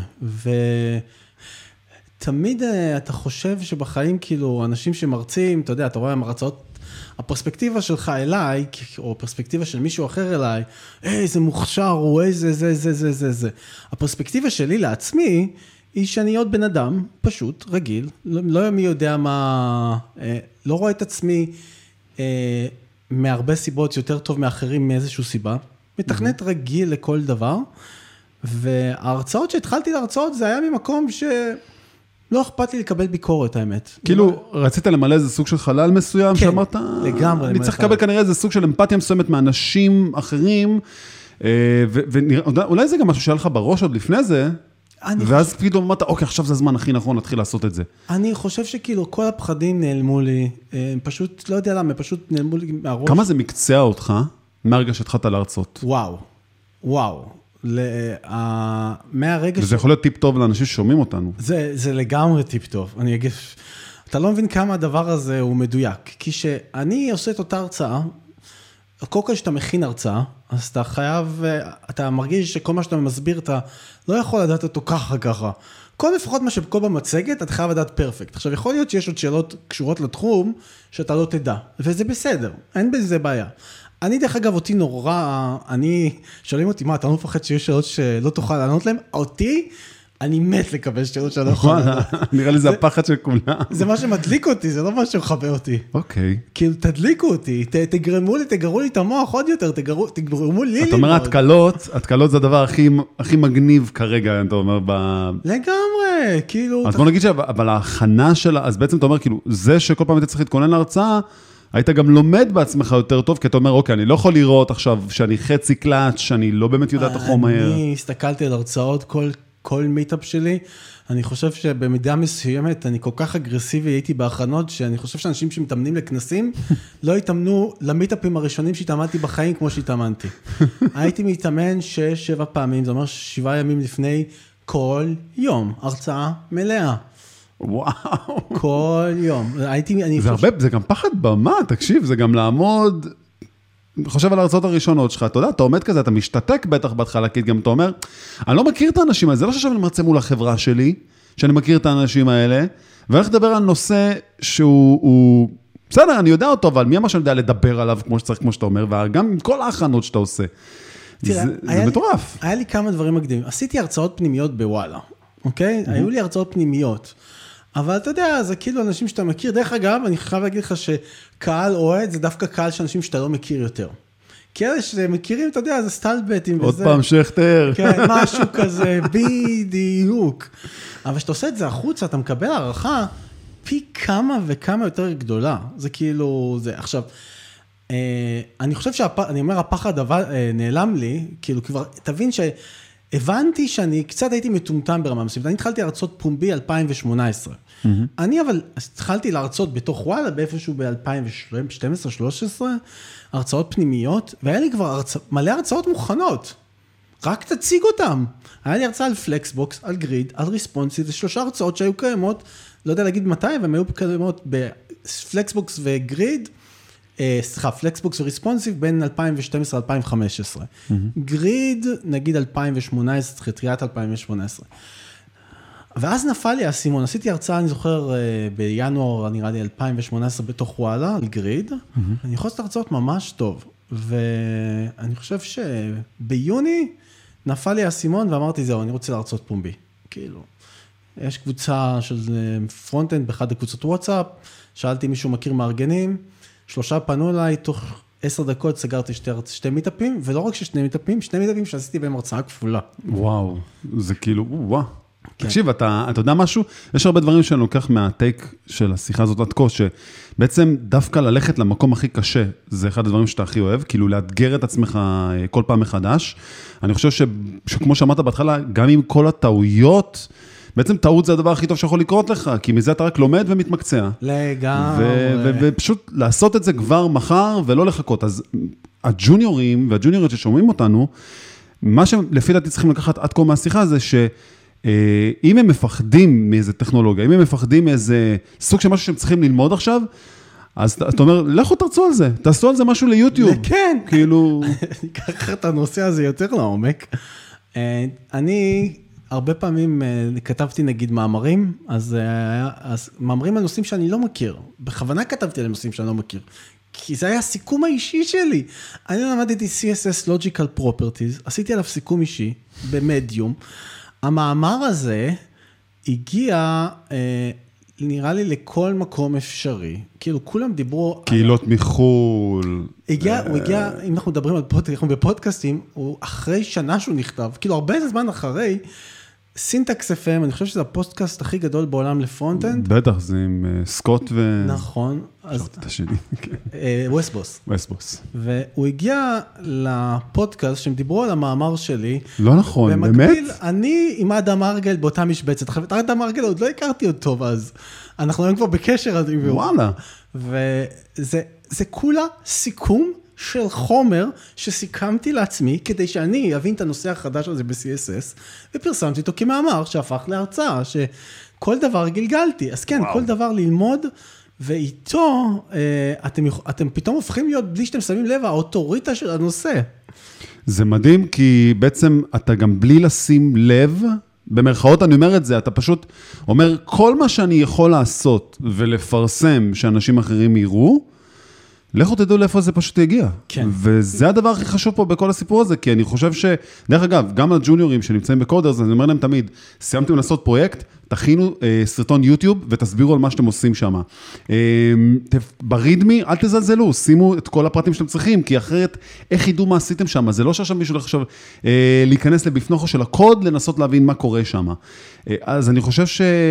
תמיד אתה חושב שבחיים, כאילו, אנשים שמרצים, אתה יודע, אתה רואה מהרצאות, הפרספקטיבה שלך אליי, או פרספקטיבה של מישהו אחר אליי, איזה מוכשר הוא, איזה, זה. הפרספקטיבה שלי לעצמי, היא שאני עוד בן אדם, פשוט, רגיל, לא מי יודע מה, לא רואה את עצמי, מהרבה סיבות יותר טוב מאחרים מאיזושהי סיבה, מתכנת רגיל לכל דבר, וההרצאות שהתחלתי להרצאות, זה היה ממקום לא אכפת לי לקבל ביקורת, האמת. כאילו, רצית למלא איזה סוג של חלל מסוים, שאמרת, לגמרי. אני צריך לקבל כנראה איזה סוג של אמפתיה מסוימת מאנשים אחרים, ואולי זה גם משהו שהיה לך בראש עוד לפני זה, ואז פתאום אמרת, אוקיי, עכשיו זה הזמן הכי נכון להתחיל לעשות את זה. אני חושב שכאילו כל הפחדים נעלמו לי, פשוט, לא יודע למה, פשוט נעלמו לי מהראש. כמה זה מקצע אותך מהרגע שהתחלת להרצות? וואו. מהרגע וזה יכול להיות טיפ טוב לאנשים ששומעים אותנו. זה לגמרי טיפ טוב. אני אגיד, אתה לא מבין כמה הדבר הזה הוא מדויק. כי שאני עושה את אותה הרצאה, כל כך שאתה מכין הרצאה, אז אתה חייב, אתה מרגיש שכל מה שאתה מסביר, אתה לא יכול לדעת אותו ככה. כל לפחות מה שכל במצגת, אתה חייב לדעת פרפקט. עכשיו, יכול להיות שיש עוד שאלות קשורות לתחום, שאתה לא תדע. וזה בסדר. אין בזה בעיה. אני דרך אגב, אותי נורא, שואלים אותי, מה, אתה לא מפחד שיש שאלות שלא תוכל לענות להם? אותי, אני מת לקבל שאלות שלא יכול לענות. נראה לי זה הפחד של כולם. זה מה שמדליק אותי, זה לא מה שמחבא אותי. אוקיי. כאילו, תדליקו אותי, תגרמו לי את המוח עוד יותר, תגרמו לי ללמוד. אתה אומר, התקלות זה הדבר הכי מגניב כרגע, אתה אומר, לגמרי, כאילו... אז בוא נגיד אבל ההכנה שלה, אז בעצם אתה אומר, כאילו, זה שכל פעם אתה צריך להתכונן להרצאה, היית גם לומד בעצמך יותר טוב, כי אתה אומר, אוקיי, אני לא יכול לראות עכשיו שאני חצי קלאץ', שאני לא באמת יודע את החום מהר. אני הסתכלתי על הרצאות, כל מיטאפ שלי, אני חושב שבמידה מסוימת, אני כל כך אגרסיבי הייתי בהכנות, שאני חושב שאנשים שמתאמנים לכנסים, לא התאמנו למיטאפים הראשונים שהתאמנתי בחיים, כמו שהתאמנתי. הייתי מתאמן 6-7 פעמים, זה אומר 7 ימים לפני כל יום, הרצאה מלאה. וואו. כל יום. זה גם פחד במה, תקשיב, זה גם לעמוד, חושב על ההרצאות הראשונות שלך, אתה יודע, אתה עומד כזה, אתה משתתק בטח בהתחלה, כי גם אתה אומר, אני לא מכיר את האנשים האלה, זה לא ששם אני מרצה מול החברה שלי, שאני מכיר את האנשים האלה, ואני הולך לדבר על נושא שהוא, בסדר, אני יודע אותו, אבל מי אמר שאני יודע לדבר עליו כמו שצריך, כמו שאתה אומר, וגם עם כל ההכנות שאתה עושה. זה מטורף. היה לי כמה דברים מקדימים. עשיתי הרצאות פנימיות בוואלה, אוקיי? היו לי הרצאות פנימיות. אבל אתה יודע, זה כאילו אנשים שאתה מכיר. דרך אגב, אני חייב להגיד לך שקהל אוהד, זה דווקא קהל של אנשים שאתה לא מכיר יותר. כי אלה שמכירים, אתה יודע, זה סטלבטים וזה. עוד פעם שכתר. כן, משהו כזה, בדיוק. אבל שאתה עושה את זה החוצה, אתה מקבל הערכה פי כמה וכמה יותר גדולה. זה כאילו, זה עכשיו, אני חושב אני אומר, הפחד נעלם לי, כאילו כבר, תבין שהבנתי שאני קצת הייתי מטומטם ברמה מסוימת. אני התחלתי להרצות פומבי 2018. אני אבל התחלתי להרצות בתוך וואלה, באיפשהו ב-2012-2013, הרצאות פנימיות, והיה לי כבר מלא הרצאות מוכנות. רק תציג אותם. היה לי הרצאה על פלקסבוקס, על גריד, על ריספונסיב, זה 3 הרצאות שהיו קיימות, לא יודע להגיד מתי, והן היו קיימות בפלקסבוקס וגריד, פלקסבוקס וריספונסיב בין 2012-2015. גריד, נגיד 2018, תחילת 2018. ואז נפל לי הסימון, עשיתי הרצאה, אני זוכר, בינואר, נראה לי 2018, בתוך וואלה, על גריד, אני יכול לעשות הרצאות ממש טוב, ואני חושב שביוני נפל לי הסימון, ואמרתי, זהו, אני רוצה להרצות פומבי, כאילו, יש קבוצה של פרונט-אנד, באחד הקבוצות וואטסאפ, שאלתי מישהו מכיר מארגנים, 3 פנו אליי, תוך 10 דקות סגרתי 2 מיטאפים, ולא רק 2 מיטאפים, 2 מיטאפים שעשיתי בהם הרצאה כפולה. וואו, זה כאילו, וואו. תקשיב, אתה יודע משהו? יש הרבה דברים שאני לוקח מהטייק של השיחה הזאת עד כה, שבעצם דווקא ללכת למקום הכי קשה, זה אחד הדברים שאתה הכי אוהב, כאילו לאתגר את עצמך כל פעם מחדש. אני חושב שכמו שאמרת בהתחלה, גם עם כל הטעויות, בעצם טעות זה הדבר הכי טוב שיכול לקרות לך, כי מזה אתה רק לומד ומתמקצע. לגמרי. ופשוט לעשות את זה כבר מחר ולא לחכות. אז הג'וניורים והג'וניוריות ששומעים אותנו, מה שלפי דעתי צריכים לקחת עד כה מהשיחה זה אם הם מפחדים מאיזה טכנולוגיה, אם הם מפחדים מאיזה סוג של משהו שהם צריכים ללמוד עכשיו, אז אתה אומר, לכו תרצו על זה, תעשו על זה משהו ליוטיוב. כן. כאילו... אני אקח את הנושא הזה יותר לעומק. אני הרבה פעמים כתבתי נגיד מאמרים, אז מאמרים על נושאים שאני לא מכיר. בכוונה כתבתי על נושאים שאני לא מכיר. כי זה היה הסיכום האישי שלי. אני למדתי CSS Logical Properties, עשיתי עליו סיכום אישי במדיום, המאמר הזה הגיע, נראה לי, לכל מקום אפשרי. כאילו, כולם דיברו... קהילות מחול. הוא הגיע, אם אנחנו מדברים על בפודקאסטים, הוא אחרי שנה שהוא נכתב, כאילו, הרבה זמן אחרי, סינטקס FM, אני חושב שזה הפודקאסט הכי גדול בעולם לפרונט-אנד. בטח, זה עם סקוט ו... נכון. שכחתי את השני. ווסטבוס. ווסטבוס. והוא הגיע לפודקאסט שהם דיברו על המאמר שלי. לא נכון, באמת? במקביל, אני עם אדם ארגל באותה משבצת. אדם ארגל, עוד לא הכרתי אותו אז. אנחנו היום כבר בקשר. וואלה. וזה כולה סיכום של חומר שסיכמתי לעצמי, כדי שאני אבין את הנושא החדש הזה ב-CSS, ופרסמתי אותו כמאמר שהפך להרצאה, שכל דבר גלגלתי. אז כן, כל דבר ללמוד, ואיתו אתם פתאום הופכים להיות, בלי שאתם שמים לב, האוטוריטה של הנושא. זה מדהים, כי בעצם אתה גם בלי לשים לב, במרכאות אני אומר את זה, אתה פשוט אומר, כל מה שאני יכול לעשות ולפרסם שאנשים אחרים יראו, לכו תדעו לאיפה זה פשוט יגיע. כן. וזה הדבר הכי חשוב פה בכל הסיפור הזה, כי אני חושב דרך אגב, גם הג'וניורים שנמצאים בקודרס, אני אומר להם תמיד, סיימתם לעשות פרויקט, תכינו סרטון יוטיוב ותסבירו על מה שאתם עושים שם. ברידמי, אל תזלזלו, שימו את כל הפרטים שאתם צריכים, כי אחרת, איך ידעו מה עשיתם שם? זה לא שעכשיו מישהו לחשוב להיכנס לבפנוכו של הקוד, לנסות להבין מה קורה שם. אז אני חושב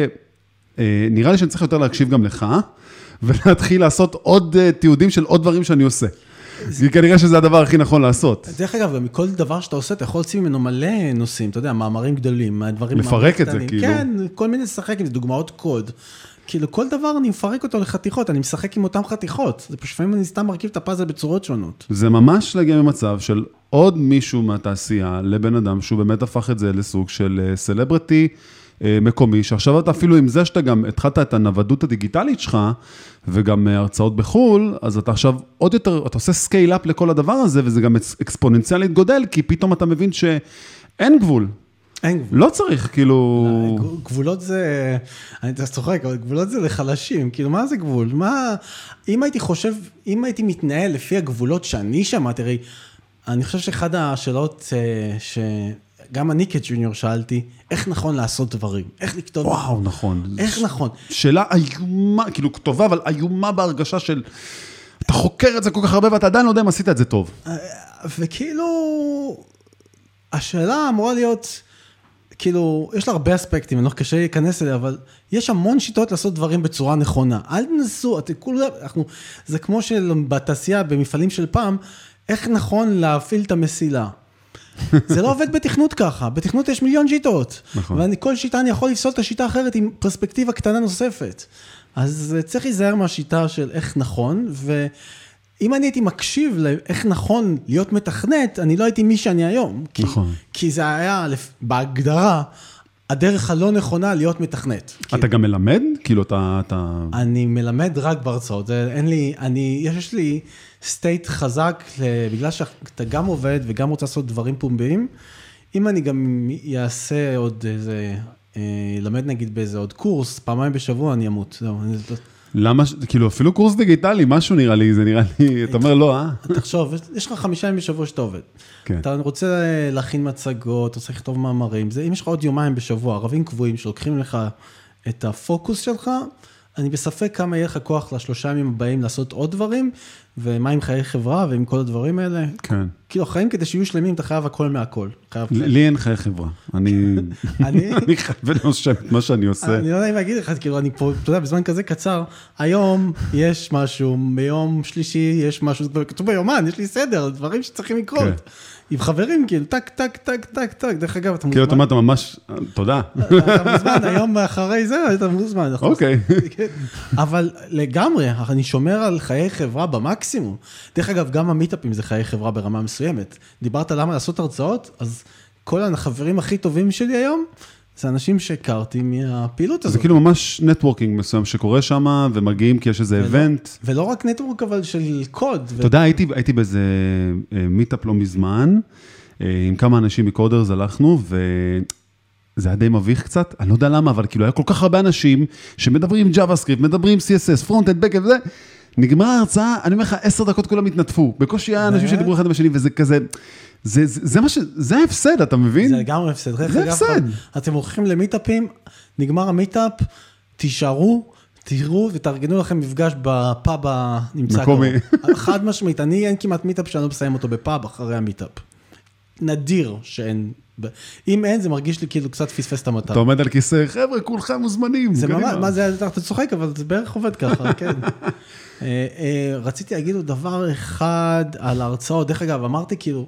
נראה לי שאני צריך יותר להקשיב גם לך, ולהתחיל לעשות עוד תיעודים של עוד דברים שאני עושה. כי כנראה שזה הדבר הכי נכון לעשות. דרך אגב, מכל דבר שאתה עושה, אתה יכול להוציא ממנו מלא נושאים, אתה יודע, מאמרים גדולים, דברים... לפרק את זה, כאילו. כן, כל מיני לשחק עם זה, דוגמאות קוד. כאילו, כל דבר אני מפרק אותו לחתיכות, אני משחק עם אותם חתיכות. זה פשוט, אני סתם מרכיב את הפאזל בצורות שונות. זה ממש להגיע ממצב של עוד מישהו מהתעשייה, לבן אדם, שהוא באמת הפך את זה לסוג של סלבריטי, מקומי, שעכשיו אתה אפילו עם זה שאתה גם התחלת את הנוודות הדיגיטלית שלך, וגם הרצאות בחול, אז אתה עכשיו עוד יותר, אתה עושה סקייל-אפ לכל הדבר הזה, וזה גם אקספוננציאלית גודל, כי פתאום אתה מבין שאין גבול. אין גבול. לא צריך, כאילו... גבולות זה, אני צוחק, אבל גבולות זה לחלשים, כאילו מה זה גבול? מה, אם הייתי חושב, אם הייתי מתנהל לפי הגבולות שאני שמעתי, הרי, אני חושב שאחד השאלות גם אני כג'וניור שאלתי, איך נכון לעשות דברים? איך לכתוב? וואו, נכון. איך נכון? שאלה איומה, כאילו כתובה, אבל איומה בהרגשה של, אתה חוקר את זה כל כך הרבה, ואתה עדיין לא יודע אם עשית את זה טוב. וכאילו, השאלה אמורה להיות, כאילו, יש לה הרבה אספקטים, אני לא קשה להיכנס אליה, אבל יש המון שיטות לעשות דברים בצורה נכונה. אל תנסו, זה כמו שבתעשייה, במפעלים של פעם, איך נכון להפעיל את המסילה. זה לא עובד בתכנות ככה, בתכנות יש מיליון שיטות, וכל שיטה אני יכול לפסול את השיטה האחרת עם פרספקטיבה קטנה נוספת. אז צריך להיזהר מהשיטה של איך נכון, ואם אני הייתי מקשיב לאיך נכון להיות מתכנת, אני לא הייתי מי שאני היום. כי זה היה בהגדרה, הדרך הלא נכונה להיות מתכנת. אתה גם מלמד? כאילו אתה... אני מלמד רק בהרצאות. יש לי סטייט חזק, בגלל שאתה גם עובד וגם רוצה לעשות דברים פומביים. אם אני גם אעשה עוד איזה, למד נגיד באיזה עוד קורס, פעמיים בשבוע אני אמות. למה, כאילו אפילו קורס דיגיטלי, משהו נראה לי, זה נראה לי, אתה אומר לא, תחשוב, יש לך 5 ימים בשבוע שאתה עובד. אתה רוצה להכין מצגות, אתה צריך לכתוב מאמרים, אם יש לך עוד יומיים בשבוע, ערבים קבועים שלוקחים לך את הפוקוס שלך, אני בספק כמה יהיה לך כוח ל3 ימים הבאים לעשות עוד דברים, ומה עם חיי חברה ועם כל הדברים האלה. כן. כאילו, חיים כדי שיהיו שלמים, אתה חייב הכל מהכל. לי אין חיי חברה. אני חייב לנושם את מה שאני עושה. אני לא יודע אם להגיד לך, כאילו, אני פה, אתה יודע, בזמן כזה קצר, היום יש משהו, ביום שלישי יש משהו, כתוב ביומן, יש לי סדר, דברים שצריכים לקרות. עם חברים, כאילו, טק, טק, טק, טק, טק, דרך אגב, אתה מוזמן. כאילו, אתה ממש, תודה. אתה מוזמן, היום אחרי זה, אתה מוזמן. אוקיי. אבל לגמרי, אני שומר על חיי חברה במקסימום. דרך אגב, גם המיטאפים זה חיי חברה ברמה מסוימת. דיברת למה לעשות הרצאות, אז כל החברים הכי טובים שלי היום, זה אנשים שהכרתי מהפעילות הזאת. זה כאילו ממש נטוורקינג מסוים שקורה שם, ומגיעים כי יש איזה איבנט. ולא רק נטוורק, אבל של קוד. אתה יודע, הייתי באיזה מיטאפ לא מזמן, עם כמה אנשים מקודרס הלכנו, וזה היה די מביך קצת, אני לא יודע למה, אבל כאילו היה כל כך הרבה אנשים שמדברים JavaScript, מדברים CSS, Frontend, Backend וזה, נגמרה ההרצאה, אני אומר לך, 10 דקות כולם התנדפו, בקושי היה אנשים שדיברו אחד בשני, וזה כזה, זה ההפסד, אתה מבין? זה לגמרי הפסד. זה הפסד. אתם הולכים למיטאפים, נגמר המיטאפ, תישארו, תראו ותארגנו לכם מפגש בפאב הנמצא מקומי. חד משמעית, אין כמעט מיטאפ שאני לא מסיים אותו בפאב אחרי המיטאפ. נדיר שאין, אם אין זה מרגיש לי כאילו קצת פספס את המטרה. אתה עומד על כיסא, חבר'ה, כולכם מוזמנים. זה ממש, מה זה, אתה צוחק, אבל זה בערך עובד ככה, כן. רציתי להגיד לו דבר אחד על ההרצאות, דרך אגב, אמרתי כאילו,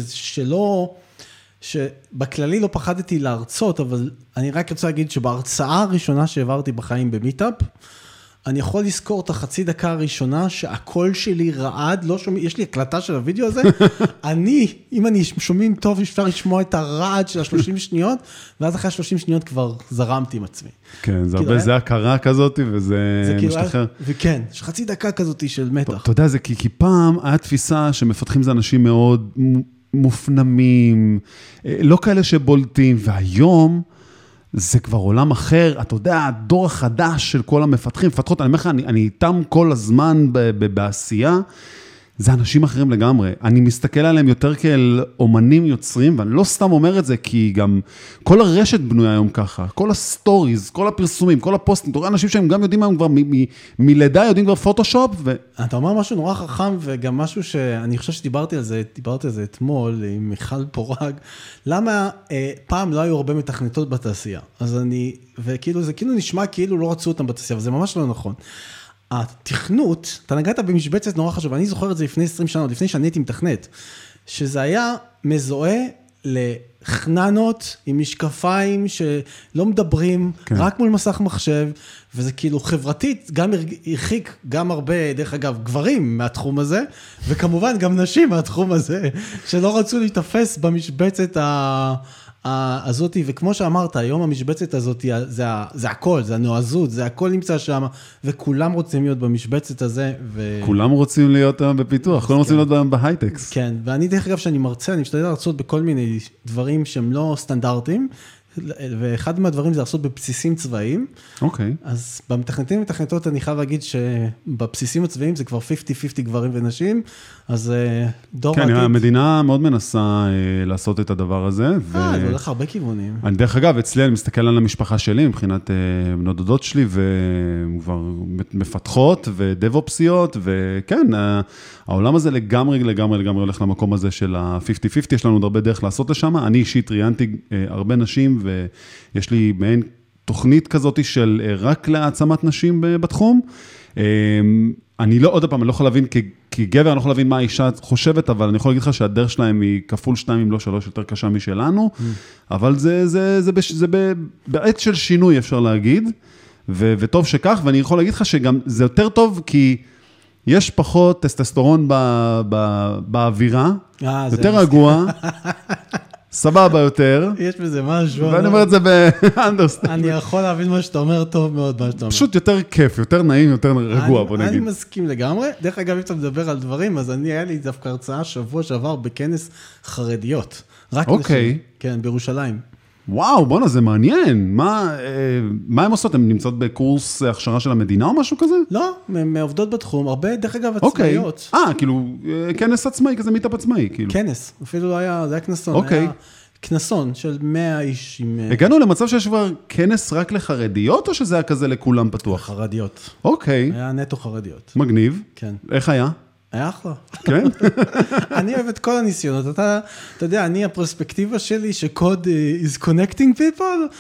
שבכללי לא פחדתי להרצות, אבל אני רק רוצה להגיד שבהרצאה הראשונה שהעברתי בחיים במיטאפ, אני יכול לזכור את החצי דקה הראשונה שהקול שלי רעד, לא שומע, יש לי הקלטה של הוידאו הזה, אם אני שומעים טוב, אפשר לשמוע את הרעד של 30 שניות, ואז אחרי 30 שניות כבר זרמתי עם עצמי. כן, זה הרבה, זה הכרה כזאת, וזה משתחרר. וכן, יש חצי דקה כזאת של מתח. אתה יודע, זה כי פעם היה תפיסה שמפתחים זה אנשים מאוד מופנמים, לא כאלה שבולטים, והיום זה כבר עולם אחר, אתה יודע, הדור החדש של כל המפתחים, מפתחות, אני אומר לך, אני איתם כל הזמן בעשייה, זה אנשים אחרים לגמרי. אני מסתכל עליהם יותר כאל אומנים יוצרים, ואני לא סתם אומר את זה, כי גם כל הרשת בנויה היום ככה, כל הסטוריז, כל הפרסומים, כל הפוסטים, אתה רואה אנשים שהם גם יודעים היום כבר מלידה, יודעים כבר פוטושופ. אתה אומר משהו נורא חכם, וגם משהו שאני חושב שדיברתי על זה אתמול, עם מיכל פורג, למה פעם לא היו הרבה מתכנתות בתעשייה? וכאילו, זה כאילו נשמע כאילו לא רצו אותם בתעשייה, אבל זה ממש לא נכון. התכנות, אתה נגעת במשבצת נורא חשוב, אני זוכר את זה לפני 20 שנה, לפני שאני הייתי מתכנת, שזה היה מזוהה לחננות עם משקפיים שלא מדברים, כן. רק מול מסך מחשב, וזה כאילו חברתית, גם הרחיק גם הרבה, דרך אגב, גברים מהתחום הזה, וכמובן גם נשים מהתחום הזה, שלא רצו להתאפס במשבצת הזאת, וכמו שאמרת, היום המשבצת הזאת, זה הכל, זה הנועזות, זה הכל נמצא שם, וכולם רוצים להיות במשבצת הזה. כולם רוצים להיות בפיתוח, כולם רוצים להיות בהייטקס. כן, ואני דרך אגב שאני מרצה, אני משתדל להרצות בכל מיני דברים שהם לא סטנדרטיים, ואחד מהדברים זה לעשות בבסיסים צבאיים. אוקיי. אז במתכנתים ומתכנתות אני חייב להגיד שבבסיסים הצבאיים זה כבר 50-50 גברים ונשים, אז דור העתיד. כן, המדינה מאוד מנסה לעשות את הדבר הזה. זה הולך הרבה כיוונים. דרך אגב, אצלי אני מסתכל על המשפחה שלי, מבחינת בנות דודות שלי, וכבר מפתחות ודב-אופסיות, וכן, העולם הזה לגמרי הולך למקום הזה של ה-50-50, יש לנו עוד הרבה דרך לעשות לשם. אני אישית ראיינתי הרבה נשים, ויש לי מעין תוכנית כזאת של רק להעצמת נשים בתחום. אני לא, עוד פעם, אני לא יכול להבין, כגבר אני לא יכול להבין מה האישה חושבת, אבל אני יכול להגיד לך שהדרך שלהם היא כפול 2 אם לא 3 יותר קשה משלנו, אבל זה בעת של שינוי אפשר להגיד, וטוב שכך, ואני יכול להגיד לך שגם זה יותר טוב, כי יש פחות טסטסטרון באווירה, יותר רגוע, סבבה יותר. יש בזה משהו. ואני אומר את זה באנדרסטנד. אני יכול להבין מה שאתה אומר טוב מאוד, מה שאתה אומר. פשוט יותר כיף, יותר נעים, יותר רגוע, בוא נגיד. אני מסכים לגמרי. דרך אגב, אם אתה מדבר על דברים, אז היה לי דווקא הרצאה שבוע שעבר בכנס חרדיות. רק נשים. כן, בירושלים. וואו, בונה, זה מעניין. מה הם עושות? הן נמצאות בקורס הכשרה של המדינה או משהו כזה? לא, הן עובדות בתחום, הרבה, דרך אגב, עצמאיות. כאילו, כנס עצמאי, כזה מיטאפ עצמאי, כאילו. כנס, אפילו זה היה כנסון. היה כנסון של 100 איש עם... הגענו למצב שיש כבר כנס רק לחרדיות, או שזה היה כזה לכולם פתוח? חרדיות. אוקיי. היה נטו חרדיות. מגניב. כן. איך היה? היה אחלה. כן? אני אוהב את כל הניסיונות. אתה יודע, אני הפרספקטיבה שלי שקוד is connecting people,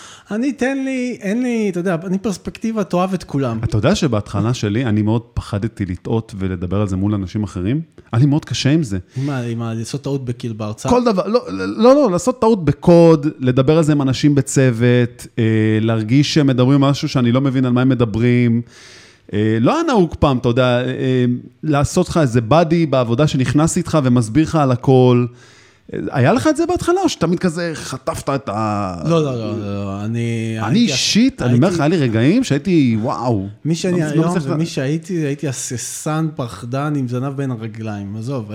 אין לי, אתה יודע, אני פרספקטיבה, תאהב את כולם. אתה יודע שבהתחלה שלי, אני מאוד פחדתי לטעות ולדבר על זה מול אנשים אחרים. היה לי מאוד קשה עם זה. עם לעשות טעות בקיל בהרצאה? כל דבר, לא, לעשות טעות בקוד, לדבר על זה עם אנשים בצוות, להרגיש שהם מדברים משהו שאני לא מבין על מה הם מדברים, לא היה נהוג פעם, אתה יודע, לעשות לך איזה בדי בעבודה שנכנס איתך ומסביר לך על הכל. היה לך את זה בהתחלה, או שתמיד כזה חטפת את ה... לא, אני אישית, אני אומר לך, היה לי רגעים שהייתי, וואו. מי שאני היום ומי הייתי הססן פחדן עם זנב בין הרגליים. עזוב,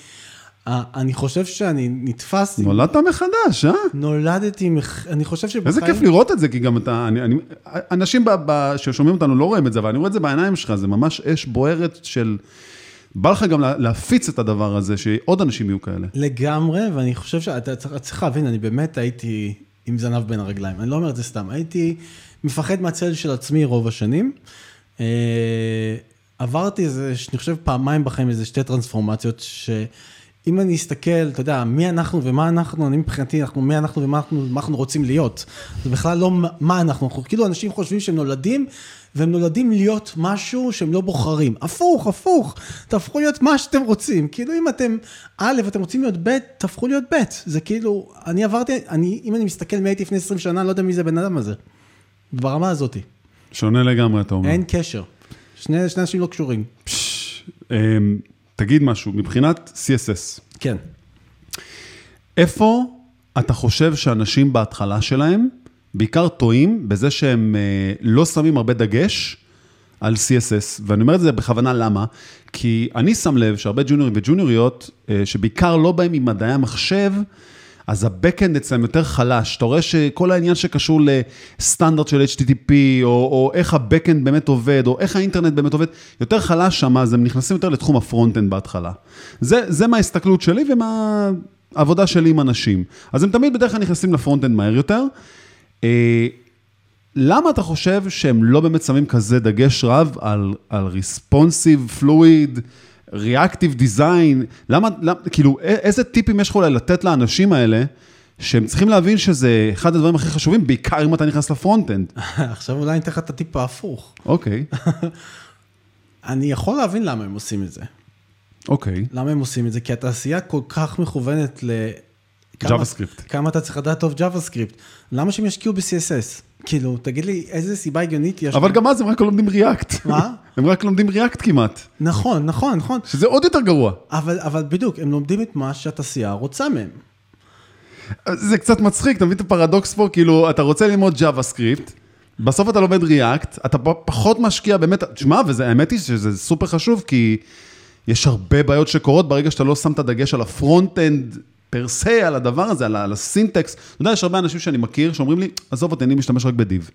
אני חושב שאני נתפסתי... נולדת מחדש, אה? נולדתי, אני חושב שבחיים... איזה כיף לראות את זה, כי גם אתה... אנשים ששומעים אותנו לא רואים את זה, אבל אני רואה את זה בעיניים שלך, זה ממש אש בוערת של... בא לך גם להפיץ את הדבר הזה, שעוד אנשים יהיו כאלה. לגמרי, ואני חושב שאתה צריך להבין, אני באמת הייתי עם זנב בין הרגליים. אני לא אומר את זה סתם, הייתי מפחד מהצל של עצמי רוב השנים. עברתי איזה, אני חושב פעמיים בחיים, איזה 2 טרנספורמציות אם אני אסתכל, אתה יודע, מי אנחנו ומה אנחנו, אני מבחינתי, מי אנחנו ומה אנחנו רוצים להיות. זה בכלל לא מה אנחנו כאילו אנשים חושבים שהם נולדים, והם נולדים להיות משהו שהם לא בוחרים. הפוך, תהפכו להיות מה שאתם רוצים. כאילו אם אתם א', אתם רוצים להיות ב', תהפכו להיות ב'. זה כאילו, אם אני מסתכל מי הייתי לפני 20 שנה, לא יודע מי זה בן אדם הזה. ברמה הזאת. שונה לגמרי, אתה אומר. אין קשר. שני אנשים לא קשורים. תגיד משהו, מבחינת CSS. כן. איפה אתה חושב שאנשים בהתחלה שלהם, בעיקר טועים בזה שהם לא שמים הרבה דגש על CSS, ואני אומר את זה בכוונה למה, כי אני שם לב שהרבה ג'וניורים וג'וניוריות, שבעיקר לא באים עם מדעי המחשב, אז הבקאנד אצלם יותר חלש, אתה רואה שכל העניין שקשור לסטנדרט של HTTP, או איך הבקאנד באמת עובד, או איך האינטרנט באמת עובד, יותר חלש שם, אז הם נכנסים יותר לתחום הפרונט-אנד בהתחלה. זה מההסתכלות שלי ומהעבודה שלי עם אנשים. אז הם תמיד בדרך כלל נכנסים לפרונט-אנד מהר יותר. למה אתה חושב שהם לא באמת שמים כזה דגש רב על responsive, fluid, reactive design, כאילו, איזה טיפים יש לך אולי לתת לאנשים האלה, שהם צריכים להבין שזה אחד הדברים הכי חשובים, בעיקר אם אתה נכנס לפרונט-אנד. עכשיו אולי אני אתן לך את הטיפ ההפוך. אוקיי. אני יכול להבין למה הם עושים את זה. אוקיי. למה הם עושים את זה? כי התעשייה כל כך מכוונת JavaScript. כמה אתה צריך לדעת טוב JavaScript. למה שהם ישקיעו ב-CSS? כאילו, תגיד לי, איזה סיבה הגיונית יש... אבל גם אז הם רק לומדים React. מה? הם רק לומדים React כמעט. נכון. שזה עוד יותר גרוע. אבל בדיוק, הם לומדים את מה שהתעשייה רוצה מהם. זה קצת מצחיק, אתה מבין את הפרדוקס פה, כאילו, אתה רוצה ללמוד JavaScript, בסוף אתה לומד React, אתה פחות משקיע באמת, תשמע, האמת היא שזה סופר חשוב, כי יש הרבה בעיות שקורות ברגע שאתה לא שם את הדגש על הפרונט-אנד פרסי על הדבר הזה, על הסינטקס. אתה יודע, יש הרבה אנשים שאני מכיר, שאומרים לי, עזוב אותי, אני משתמש רק בדיב.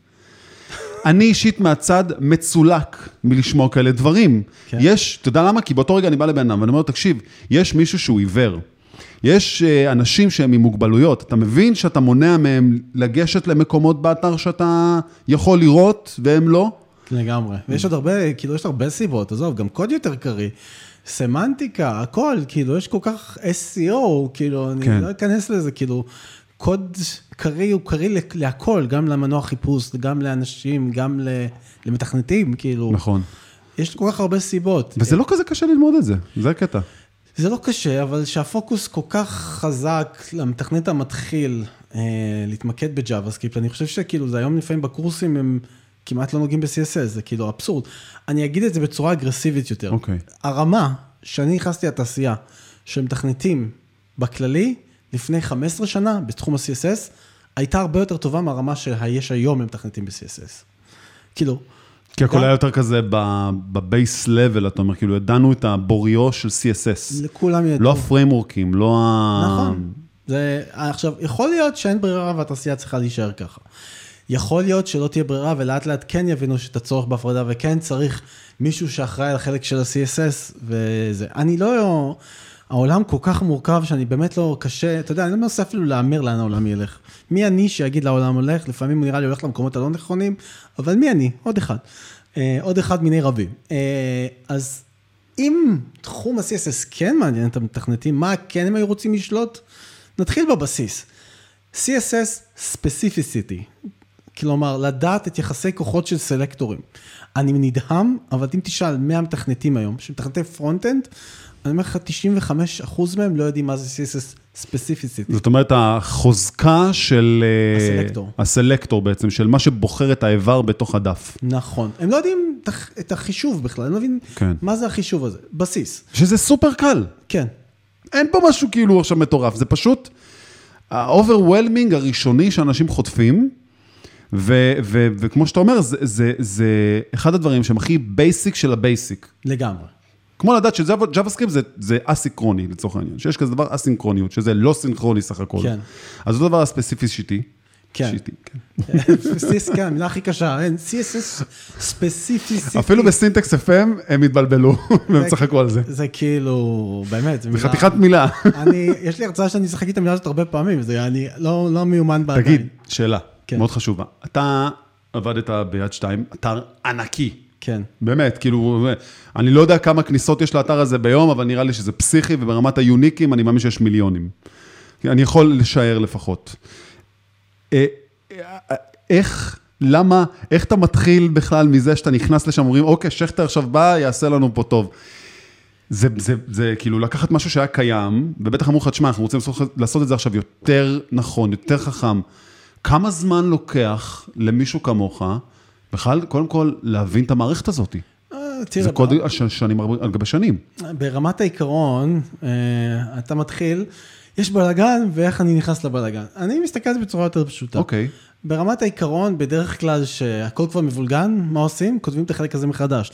אני אישית מהצד מצולק מלשמוע כאלה דברים. כן. יש, אתה יודע למה? כי באותו רגע אני בא לבן אדם, ואני אומר, תקשיב, יש מישהו שהוא עיוור. יש אנשים שהם עם מוגבלויות. אתה מבין שאתה מונע מהם לגשת למקומות באתר שאתה יכול לראות, והם לא? לגמרי. ויש עוד הרבה, כאילו, יש הרבה סיבות. עזוב, גם קוד יותר קרי. סמנטיקה, הכל, כאילו, יש כל כך SEO, כאילו, אני לא אכנס לזה, כאילו, קוד קרי הוא קרי להכל, גם למנוע חיפוש, גם לאנשים, גם למתכנתים, כאילו. נכון. יש כל כך הרבה סיבות. וזה לא כזה קשה ללמוד את זה, זה הקטע. זה לא קשה, אבל שהפוקוס כל כך חזק למתכנת המתחיל להתמקד בג'אווה-סקריפט, אני חושב שכאילו, זה היום לפעמים בקורסים הם כמעט לא נוגעים ב-CSS, זה כאילו אבסורד. אני אגיד את זה בצורה אגרסיבית יותר. אוקיי. הרמה שאני נכנסתי לתעשייה, שמתכנתים בכללי, לפני 15 שנה, בתחום ה-CSS, הייתה הרבה יותר טובה מהרמה שיש היום הם מתכנתים ב-CSS. כאילו... כי הכל היה יותר כזה בבייס לבל, אתה אומר, כאילו, ידענו את הבוריו של CSS. לכולם ידעו. לא הפריימורקים, לא נכון. עכשיו, יכול להיות שאין ברירה והתעשייה צריכה להישאר ככה. יכול להיות שלא תהיה ברירה, ולאט לאט כן יבינו שאת הצורך בהפרדה, וכן צריך מישהו שאחראי על החלק של ה-CSS, וזה. אני לא... העולם כל כך מורכב שאני באמת לא קשה, אתה יודע, אני לא מנסה אפילו להאמר לאן העולם ילך. מי אני שיגיד לעולם הולך? לפעמים הוא נראה לי הולך למקומות הלא נכונים, אבל מי אני? עוד אחד. עוד אחד מיני רבים. אז אם תחום ה-CSS כן מעניין את המתכנתים, מה כן הם היו רוצים לשלוט? נתחיל בבסיס. CSS Specificity. כלומר, לדעת את יחסי כוחות של סלקטורים. אני נדהם, אבל אם תשאל 100 מתכנתים היום, שמתכנתי פרונט-אנד, אני אומר לך, 95% מהם לא יודעים מה זה CSS ספציפיסיטי. זאת אומרת, החוזקה של... הסלקטור בעצם, של מה שבוחר את האיבר בתוך הדף. נכון. הם לא יודעים את החישוב בכלל, הם לא יודעים מה זה החישוב הזה. בסיס. שזה סופר קל. כן. אין פה משהו כאילו עכשיו מטורף, זה פשוט ה-overwhelming הראשוני שאנשים חוטפים, וכמו שאתה אומר, זה אחד הדברים שהם הכי בייסיק של הבייסיק. לגמרי. כמו לדעת שג'אווה-סקריפט זה אסינכרוני, לצורך העניין, שיש כזה דבר אסינכרוניות, שזה לא סינכרוני סך הכל. כן. אז זה דבר הספציפיסיטי. כן. שיטי, כן. כן, המילה הכי קשה, אין, CSS ספציפיסיטי. אפילו בסינטקס FM הם התבלבלו, והם צחקו על זה. זה כאילו, באמת, זה חתיכת מילה. יש לי הרצאה שאני שחקתי את המילה הזאת הרבה פעמים, אני לא מיומן בעדיין. תגיד, שאלה, מאוד חשובה. אתה עבדת ביד 2, אתר ענקי. כן. באמת, כאילו, אני לא יודע כמה כניסות יש לאתר הזה ביום, אבל נראה לי שזה פסיכי, וברמת היוניקים אני מאמין שיש מיליונים. אני יכול לשער לפחות. איך אתה מתחיל בכלל מזה שאתה נכנס לשם, אומרים, אוקיי, שכתר עכשיו בא, יעשה לנו פה טוב. זה כאילו לקחת משהו שהיה קיים, ובטח אמרו לך, תשמע, אנחנו רוצים לעשות את זה עכשיו יותר נכון, יותר חכם. כמה זמן לוקח למישהו כמוך, בכלל, קודם כל, להבין את המערכת הזאת? זה קוד שנים על גבי שנים. ברמת העיקרון, אתה מתחיל, יש בלגן, ואיך אני נכנס לבלגן. אני מסתכל על זה בצורה יותר פשוטה. אוקיי. ברמת העיקרון, בדרך כלל שהכל כבר מבולגן, מה עושים? כותבים את החלק הזה מחדש.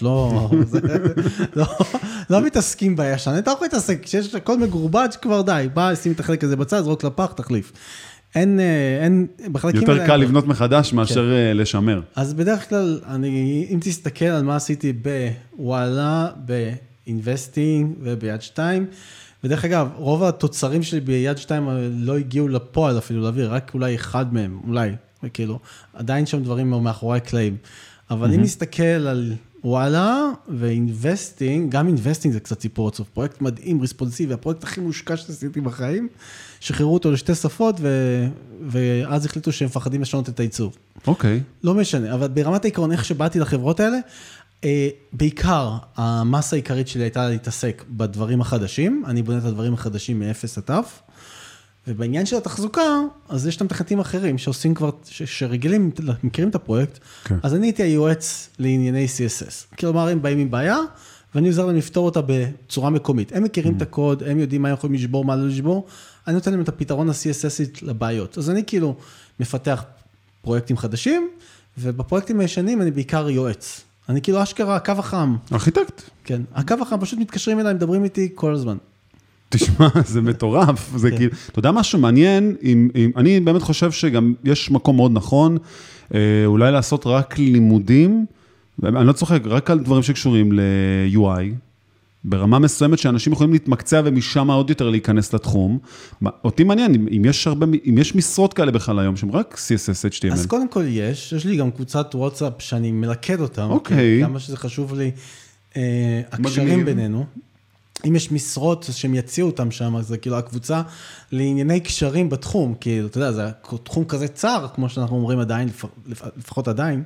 לא מתעסקים בישן. אתה יכול להתעסק, כשיש הכל מגורבד, כבר די. בא, שים את החלק הזה בצד, זרוק לפח, תחליף. אין, בחלקים יותר קל לבנות מחדש מאשר לשמר. אז בדרך כלל, אם תסתכל על מה עשיתי בוואלה, באינבסטינג וביד 2, ודרך אגב, רוב התוצרים שלי ביד 2 לא הגיעו לפועל אפילו להעביר, רק אולי אחד מהם, אולי, וכאילו, עדיין שם דברים מאחורי הקלעים. אבל אם נסתכל על וואלה ואינבסטינג, גם אינבסטינג זה קצת סיפור עצוב, פרויקט מדהים, ריספונסיבי, הפרויקט הכי מושקע שעשיתי בחיים, שחררו אותו לשתי שפות, ואז החליטו שהם מפחדים לשנות את העיצוב. אוקיי. לא משנה, אבל ברמת העיקרון, איך שבאתי לחברות האלה, בעיקר, המסה העיקרית שלי הייתה להתעסק בדברים החדשים, אני בונה את הדברים החדשים מאפס עטף, ובעניין של התחזוקה, אז יש את המתכנתים אחרים שעושים כבר, שרגילים, מכירים את הפרויקט, אז אני הייתי היועץ לענייני CSS. כלומר, הם באים עם בעיה, ואני עוזר להם לפתור אותה בצורה מקומית. הם מכירים את הקוד, הם יודעים מה יכולים לשבור, מה לא לשבור, אני נותן להם את הפתרון ה-CSS לבעיות. אז אני כאילו מפתח פרויקטים חדשים, ובפרויקטים הישנים אני בעיקר יועץ. אני כאילו אשכרה הקו החם. ארכיטקט. כן, הקו החם פשוט מתקשרים אליי, מדברים איתי כל הזמן. תשמע, זה מטורף, זה כאילו, אתה יודע משהו מעניין, אני באמת חושב שגם יש מקום מאוד נכון, אולי לעשות רק לימודים, אני לא צוחק, רק על דברים שקשורים ל-UI, ברמה מסוימת שאנשים יכולים להתמקצע ומשם עוד יותר להיכנס לתחום. אותי מעניין, אם יש משרות כאלה בכלל היום, שהם רק CSS, HTML. אז קודם כל יש לי גם קבוצת וואטסאפ שאני מלכד אותם, אוקיי. כמה שזה חשוב לי, הקשרים בינינו. אם יש משרות שהם יציעו אותם שם, זה כאילו הקבוצה לענייני קשרים בתחום, כי אתה יודע, זה תחום כזה צר, כמו שאנחנו אומרים עדיין, לפחות עדיין,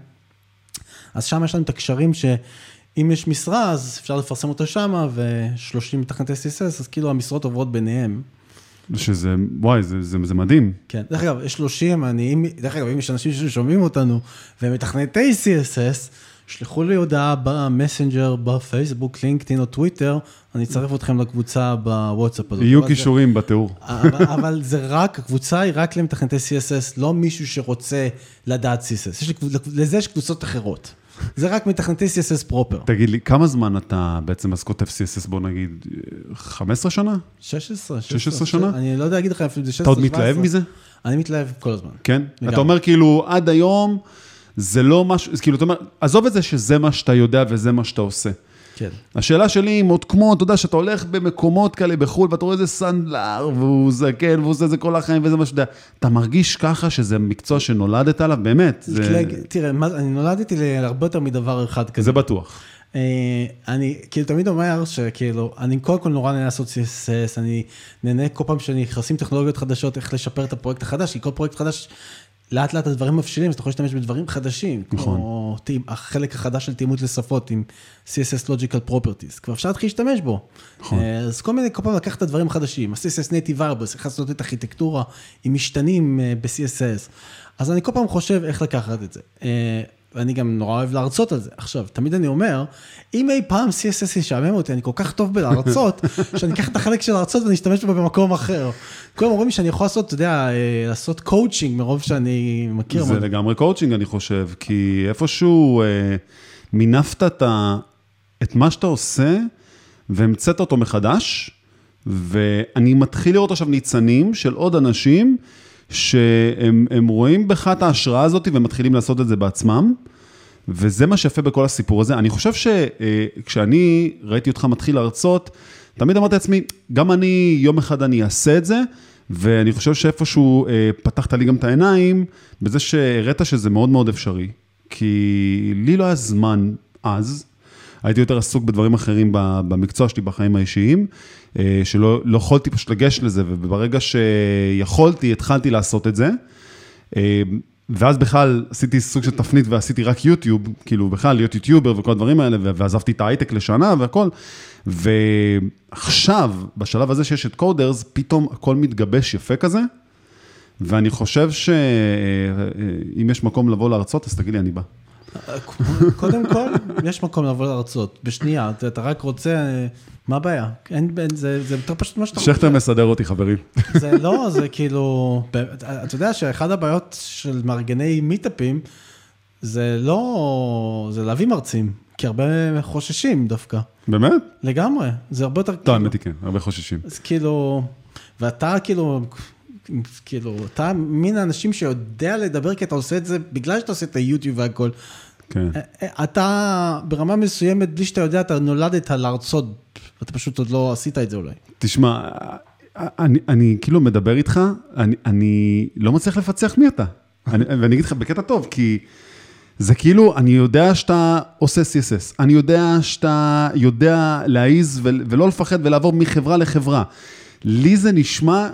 אז שם יש לנו את הקשרים שאם יש משרה, אז אפשר לפרסם אותה שם, ו30 מתכנתי CSS, אז כאילו המשרות עוברות ביניהם. שזה, וואי, זה מדהים. כן, דרך אגב, יש 30, דרך אגב, אם יש אנשים ששומעים אותנו, והם מתכנתי CSS, שלחו לי הודעה במסנג'ר, בפייסבוק, לינקדאין או טוויטר, אני אצרף אתכם לקבוצה בוואטסאפ הזאת. יהיו קישורים בתיאור. אבל זה רק, הקבוצה היא רק למתכנתי CSS, לא מישהו שרוצה לדעת CSS. לזה יש קבוצות אחרות. זה רק מתכנתי CSS פרופר. תגיד לי, כמה זמן אתה בעצם אז כותב CSS, בוא נגיד, 15 שנה? 16 שנה? אני לא יודע להגיד לך אפילו, זה 16, אתה עוד מתלהב מזה? אני מתלהב כל הזמן. כן? אתה אומר כאילו, עד היום, זה לא משהו, כאילו, אתה אומר, עזוב את זה שזה מה שאתה יודע וזה מה שאתה עושה. כן. השאלה שלי, אם עוד כמו, אתה יודע, שאתה הולך במקומות כאלה בחול, ואתה רואה איזה סנדלר, והוא זקן, והוא עושה זה כל החיים, וזה מה שאתה יודע. אתה מרגיש ככה שזה מקצוע שנולדת עליו, באמת. תראה, אני נולדתי להרבה יותר מדבר אחד כזה. זה בטוח. אני כאילו תמיד אומר שכאילו, אני קודם כל נורא נהנה לעשות CSS, אני נהנה כל פעם שאני נכנסים טכנולוגיות חדשות, איך לשפר את הפרויקט החדש, כי כל פרויקט חדש, לאט לאט הדברים מבשילים, אז אתה יכול להשתמש בדברים חדשים, כמו החלק החדש של תאימות לשפות עם CSS Logical Properties, כבר אפשר להתחיל להשתמש בו. אז כל פעם לקחת את הדברים החדשים, ה-CSS Native Variables, איך לעשות את ארכיטקטורה עם משתנים ב-CSS. אז אני כל פעם חושב איך לקחת את זה. ואני גם נורא אוהב להרצות על זה. עכשיו, תמיד אני אומר, אם אי פעם CSS ישעמם אותי, אני כל כך טוב בלהרצות, שאני אקח את החלק של להרצות ואני אשתמש בו במקום אחר. כולם אומרים לי שאני יכול לעשות, אתה יודע, לעשות קואוצ'ינג מרוב שאני מכיר. זה לגמרי קואוצ'ינג, אני חושב, כי איפשהו מינפת את מה שאתה עושה, והמצאת אותו מחדש, ואני מתחיל לראות עכשיו ניצנים של עוד אנשים, שהם רואים בך את ההשראה הזאת, ומתחילים לעשות את זה בעצמם, וזה מה שיפה בכל הסיפור הזה. אני חושב שכשאני ראיתי אותך מתחיל להרצות, תמיד אמרתי לעצמי, גם אני, יום אחד אני אעשה את זה, ואני חושב שאיפשהו פתחת לי גם את העיניים, בזה שהראית שזה מאוד מאוד אפשרי, כי לי לא היה זמן אז, הייתי יותר עסוק בדברים אחרים במקצוע שלי, בחיים האישיים, שלא יכולתי פשוט לגש לזה, וברגע שיכולתי, התחלתי לעשות את זה, ואז בכלל עשיתי סוג של תפנית, ועשיתי רק יוטיוב, כאילו בכלל להיות יוטיובר וכל הדברים האלה, ועזבתי את ההייטק לשנה והכל, ועכשיו, בשלב הזה שיש את קודרס, פתאום הכל מתגבש יפה כזה, ואני חושב שאם יש מקום לבוא לארצות, אז תגיד לי, אני בא. קודם כל, יש מקום לבוא לארצות. בשנייה, אתה רק רוצה, מה הבעיה? זה יותר פשוט מה שאתה רוצה. שכתר מסדר אותי, חברים. זה לא, זה כאילו, אתה יודע שאחד הבעיות של מארגני מיטאפים, זה לא, זה להביא מרצים, כי הרבה חוששים דווקא. באמת? לגמרי, זה הרבה יותר... טוב, האמת היא כן, הרבה חוששים. אז כאילו, ואתה כאילו, אתה מין האנשים שיודע לדבר, כי אתה עושה את זה, בגלל שאתה עושה את היוטיוב והכל. כן. אתה ברמה מסוימת, בלי שאתה יודע, אתה נולדת להרצות, אתה פשוט עוד לא עשית את זה אולי. תשמע, אני כאילו מדבר איתך, אני לא מצליח לפצח מי אתה. ואני אגיד לך בקטע טוב, כי זה כאילו, אני יודע שאתה עושה CSS, אני יודע שאתה יודע להעיז ולא לפחד ולעבור מחברה לחברה. לי זה נשמע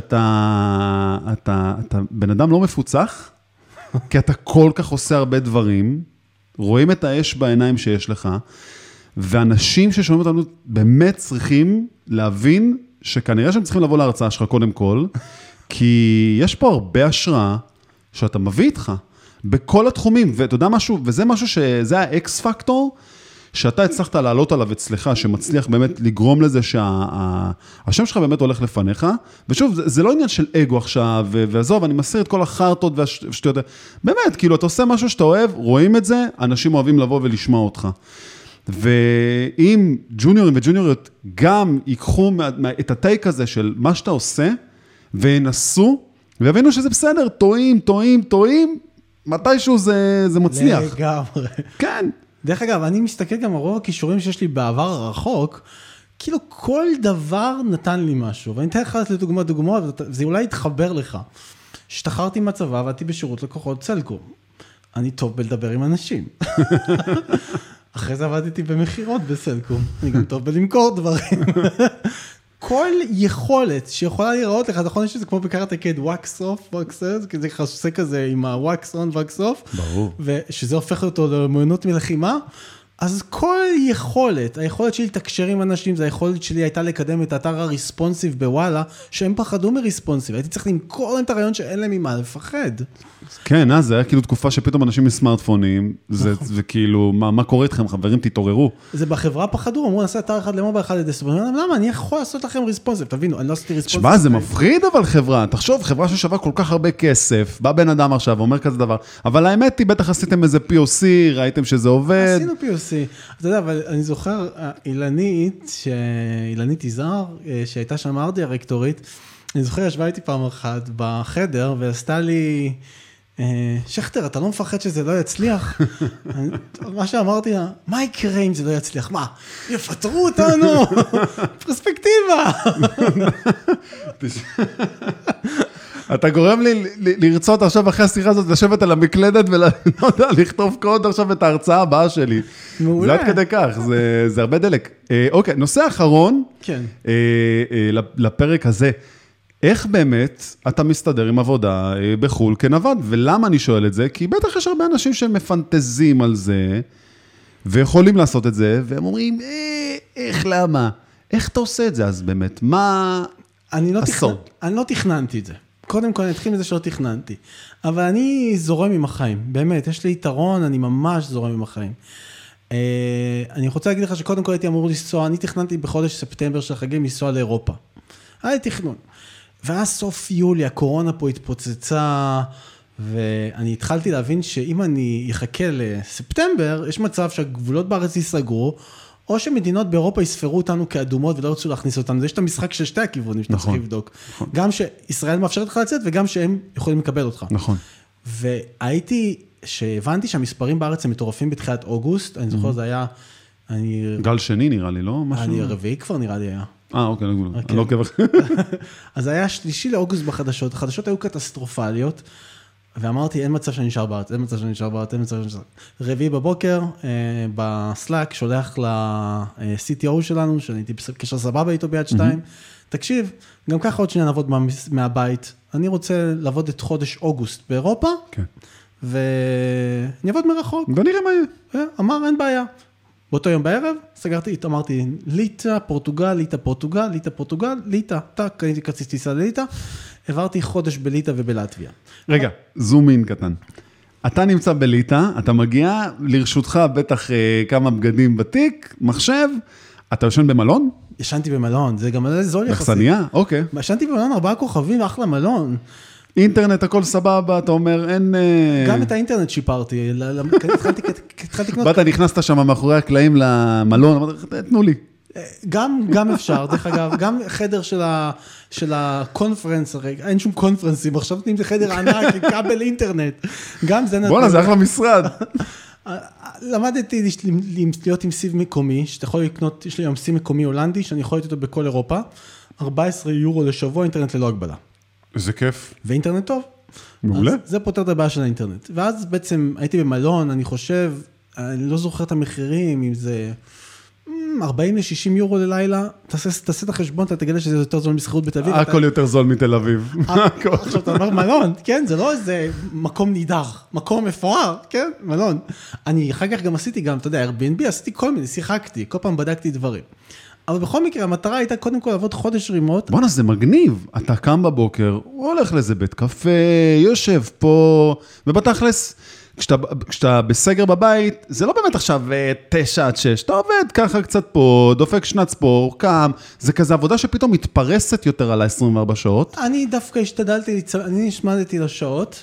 שאתה בן אדם לא מפוצח, כי אתה כל כך עושה הרבה דברים, רואים את האש בעיניים שיש לך, ואנשים ששומעים אותנו באמת צריכים להבין שכנראה שהם צריכים לבוא להרצאה שלך קודם כל, כי יש פה הרבה השראה שאתה מביא איתך, בכל התחומים, ואתה יודע משהו, וזה משהו שזה האקס פקטור, שאתה הצלחת לעלות עליו אצלך, שמצליח באמת לגרום לזה שהשם שלך באמת הולך לפניך, ושוב, זה לא עניין של אגו עכשיו, ועזוב, אני מסיר את כל החרטות והשטויות, באמת, כאילו, אתה עושה משהו שאתה אוהב, רואים את זה, אנשים אוהבים לבוא ולשמוע אותך. ואם ג'וניורים וג'וניוריות גם ייקחו את הטייק הזה של מה שאתה עושה, וינסו, ויבינו שזה בסדר, טועים, מתישהו זה מצליח. לגמרי. כן. דרך אגב, אני מסתכל גם על רוב הכישורים שיש לי בעבר הרחוק, כאילו כל דבר נתן לי משהו, ואני אתן לך לדוגמה, זה אולי יתחבר לך. השתחררתי מהצבא, ועתי בשירות לקוחות סלקום. אני טוב בלדבר עם אנשים. אחרי זה עבדתי במחירות בסלקום. אני גם טוב בלמכור דברים. כל יכולת שיכולה להיראות לך, נכון שזה כמו בקראטה קד, wax off, wax off, כי זה חסוסה כזה עם ה-wax on, wax off. ברור. ושזה הופך אותו למעונות מלחימה. אז כל יכולת, היכולת שלי לתקשר עם אנשים, זה היכולת שלי הייתה לקדם את האתר הריספונסיב בוואלה, שהם פחדו מריספונסיב. הייתי צריך למכור להם את הרעיון שאין להם ממה לפחד. כן, זה היה כאילו תקופה שפתאום אנשים מסמארטפונים, זה כאילו, מה קורה איתכם, חברים, תתעוררו. זה בחברה פחדו, אמרו, נעשה אתר אחד למובה, אחד לדסק. למה? אני יכול לעשות לכם ריספונסיב, תבינו, אני לא עשיתי ריספונסיב. שמה, זה מפחיד אבל חברה, תחשוב, חברה ששווה כל כך הרבה כסף, בא בן אדם עכשיו, אומר כזה דבר, אבל האמת היא, בטח עשיתם איזה POC, ראיתם שזה עובד. עשינו POC. אתה יודע, אבל אני זוכר, אילנית יזהר, שהייתה שם ארט-דירקטורית, אני זוכר, ישבה איתי פעם אחת בחדר, ועשתה לי, שכתר, אתה לא מפחד שזה לא יצליח? מה שאמרתי לה, מה יקרה אם זה לא יצליח? מה? יפטרו אותנו? פרספקטיבה. אתה גורם לי לרצות עכשיו אחרי השיחה הזאת, לשבת על המקלדת ולכתוב קוד עכשיו את ההרצאה הבאה שלי. מעולה. זה עד כדי כך, זה הרבה דלק. אוקיי, נושא אחרון, כן. לפרק הזה, איך באמת אתה מסתדר עם עבודה בחול כנווד? ולמה אני שואל את זה? כי בטח יש הרבה אנשים שמפנטזים על זה, ויכולים לעשות את זה, והם אומרים, איך, למה? איך אתה עושה את זה אז באמת? מה הסוד? אני לא תכננתי את זה. קודם כל, אני אתחיל מזה שלא תכננתי. אבל אני זורם עם החיים. באמת, יש לי יתרון, אני ממש זורם עם החיים. אני רוצה להגיד לך שקודם כל הייתי אמור לנסוע, אני תכננתי בחודש ספטמבר של החגים לנסוע לאירופה. היה לי תכנון. ואז סוף יולי, הקורונה פה התפוצצה, ואני התחלתי להבין שאם אני אחכה לספטמבר, יש מצב שהגבולות בארץ ייסגרו, או שמדינות באירופה יספרו אותנו כאדומות ולא ירצו להכניס אותנו. יש את המשחק של שתי הכיוונים שאתה צריך לבדוק. גם שישראל מאפשרת לך לצאת, וגם שהם יכולים לקבל אותך. נכון. שהבנתי שהמספרים בארץ הם מטורפים בתחילת אוגוסט, אני זוכר זה היה... גל שני נראה לי, לא? אני הרביעי כבר נראה לי היה. אוקיי, אני לא עוקב. אז היה 3 לאוגוסט בחדשות, החדשות היו קטסטרופליות, ואמרתי, אין מצב שאני נשאר בארץ, אין מצב שאני נשאר בארץ, אין מצב שאני נשאר. רביעי בבוקר, בסלאק, שולח ל-CTO שלנו, שאני הייתי בקשר סבבה איתו ביד 2, תקשיב, גם ככה עוד שניה נעבוד מהבית, אני רוצה לעבוד את חודש אוגוסט באירופה, ואני אעבוד מרחוק. ונראה מה יהיה. אמר, אין בעיה. באותו יום בערב, סגרתי, אמרתי, ליטה, פורטוגל, ליטה, קניתי כרטיס טיסה לליטה, העברתי חודש בליטה ובלטביה. רגע, זום אין קטן. אתה נמצא בליטה, אתה מגיע, לרשותך בטח כמה בגדים בתיק, מחשב, אתה יושן במלון? ישנתי במלון, זה גם זול יחסית. מחסניה? אוקיי. ישנתי במלון 4 כוכבים, אחלה מלון. אינטרנט, הכל סבבה, אתה אומר, אין... גם את האינטרנט שיפרתי, התחלתי לקנות... באת, נכנסת שם מאחורי הקלעים למלון, אמרת, תנו לי. גם אפשר, דרך אגב, גם חדר של הקונפרנס, אין שום קונפרנסים, עכשיו נותנים זה חדר ענק, כבל אינטרנט, גם זה נתנו... בוא'נה, זה אחלה משרד. למדתי להיות עם סיב מקומי, שאתה יכול לקנות, יש לי היום סיב מקומי הולנדי, שאני יכול להיות אותו בכל אירופה, 14 יורו לשבוע, אינטרנט ללא הגבלה. איזה כיף. ואינטרנט טוב. מעולה. זה פותר את הבעיה של האינטרנט. ואז בעצם הייתי במלון, אני חושב, אני לא זוכר את המחירים, אם זה 40 ל-60 יורו ללילה, תעשה את החשבון, אתה תגלה שזה יותר זול מסחרות בתל אביב. הכל יותר זול מתל אביב. עכשיו אתה אומר מלון, כן, זה לא איזה מקום נידח, מקום מפואר, כן, מלון. אני אחר כך גם עשיתי גם, אתה יודע, Airbnb, עשיתי כל מיני, שיחקתי, כל פעם בדקתי דברים. אבל בכל מקרה, המטרה הייתה קודם כל לעבוד חודש רימוט. בוא'נה, זה מגניב. אתה קם בבוקר, הולך לאיזה בית קפה, יושב פה, ובתכלס, כשאתה בסגר בבית, זה לא באמת עכשיו 9 עד 6, אתה עובד ככה קצת פה, דופק שנת ספור, קם, זה כזה עבודה שפתאום מתפרסת יותר על ה-24 שעות. אני דווקא השתדלתי, אני נשמדתי לשעות,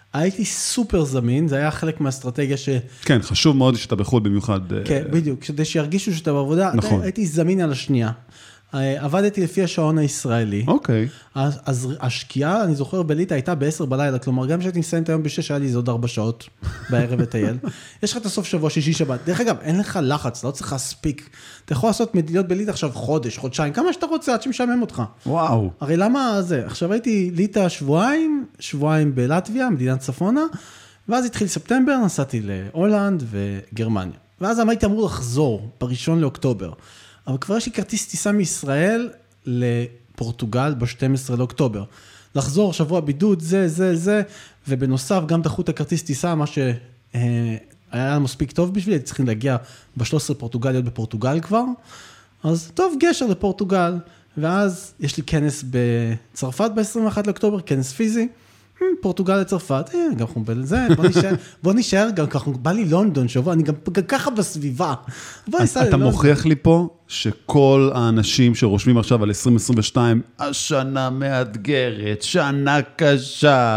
הייתי סופר זמין, זה היה חלק מהאסטרטגיה כן, חשוב מאוד שאתה בחו"ל במיוחד. כן, בדיוק, כדי שירגישו שאתה בעבודה, נכון. הייתי זמין על השנייה. עבדתי לפי השעון הישראלי. אוקיי. אז השקיעה, אני זוכר בליטא, הייתה ב-10 בלילה, כלומר, גם כשהייתי מסיים את היום ב-6, היה לי איזה עוד 4 שעות בערב לטייל. יש לך את הסוף שבוע, שישי, שבת. דרך אגב, אין לך לחץ, אתה לא צריך להספיק. אתה יכול לעשות מדיניות בליטא עכשיו חודש, חודשיים, כמה שאתה רוצה, עד שמשעמם אותך. וואו. הרי למה זה? עכשיו הייתי ליטא שבועיים בלטביה, מדינת צפונה, ואז התחיל ספטמבר, נסעתי להולנד וגרמניה. ואז הייתי אמור לחזור ב1 לאוקטובר. אבל כבר יש לי כרטיס טיסה מישראל לפורטוגל ב12 לאוקטובר. לחזור שבוע בידוד, זה, ובנוסף גם דחו את הכרטיס טיסה, מה שהיה מספיק טוב בשבילי, הייתי צריכים להגיע ב13 פורטוגל, להיות בפורטוגל כבר. אז טוב, גשר לפורטוגל, ואז יש לי כנס בצרפת ב21 לאוקטובר, כנס פיזי, פורטוגל לצרפת, גם אנחנו בזה, בוא נשאר, גם ככה, בא לי לונדון שבוע, אני גם ככה בסביבה. אתה מוכיח לי פה שכל האנשים שרושמים עכשיו על 2022, השנה מאתגרת, שנה קשה,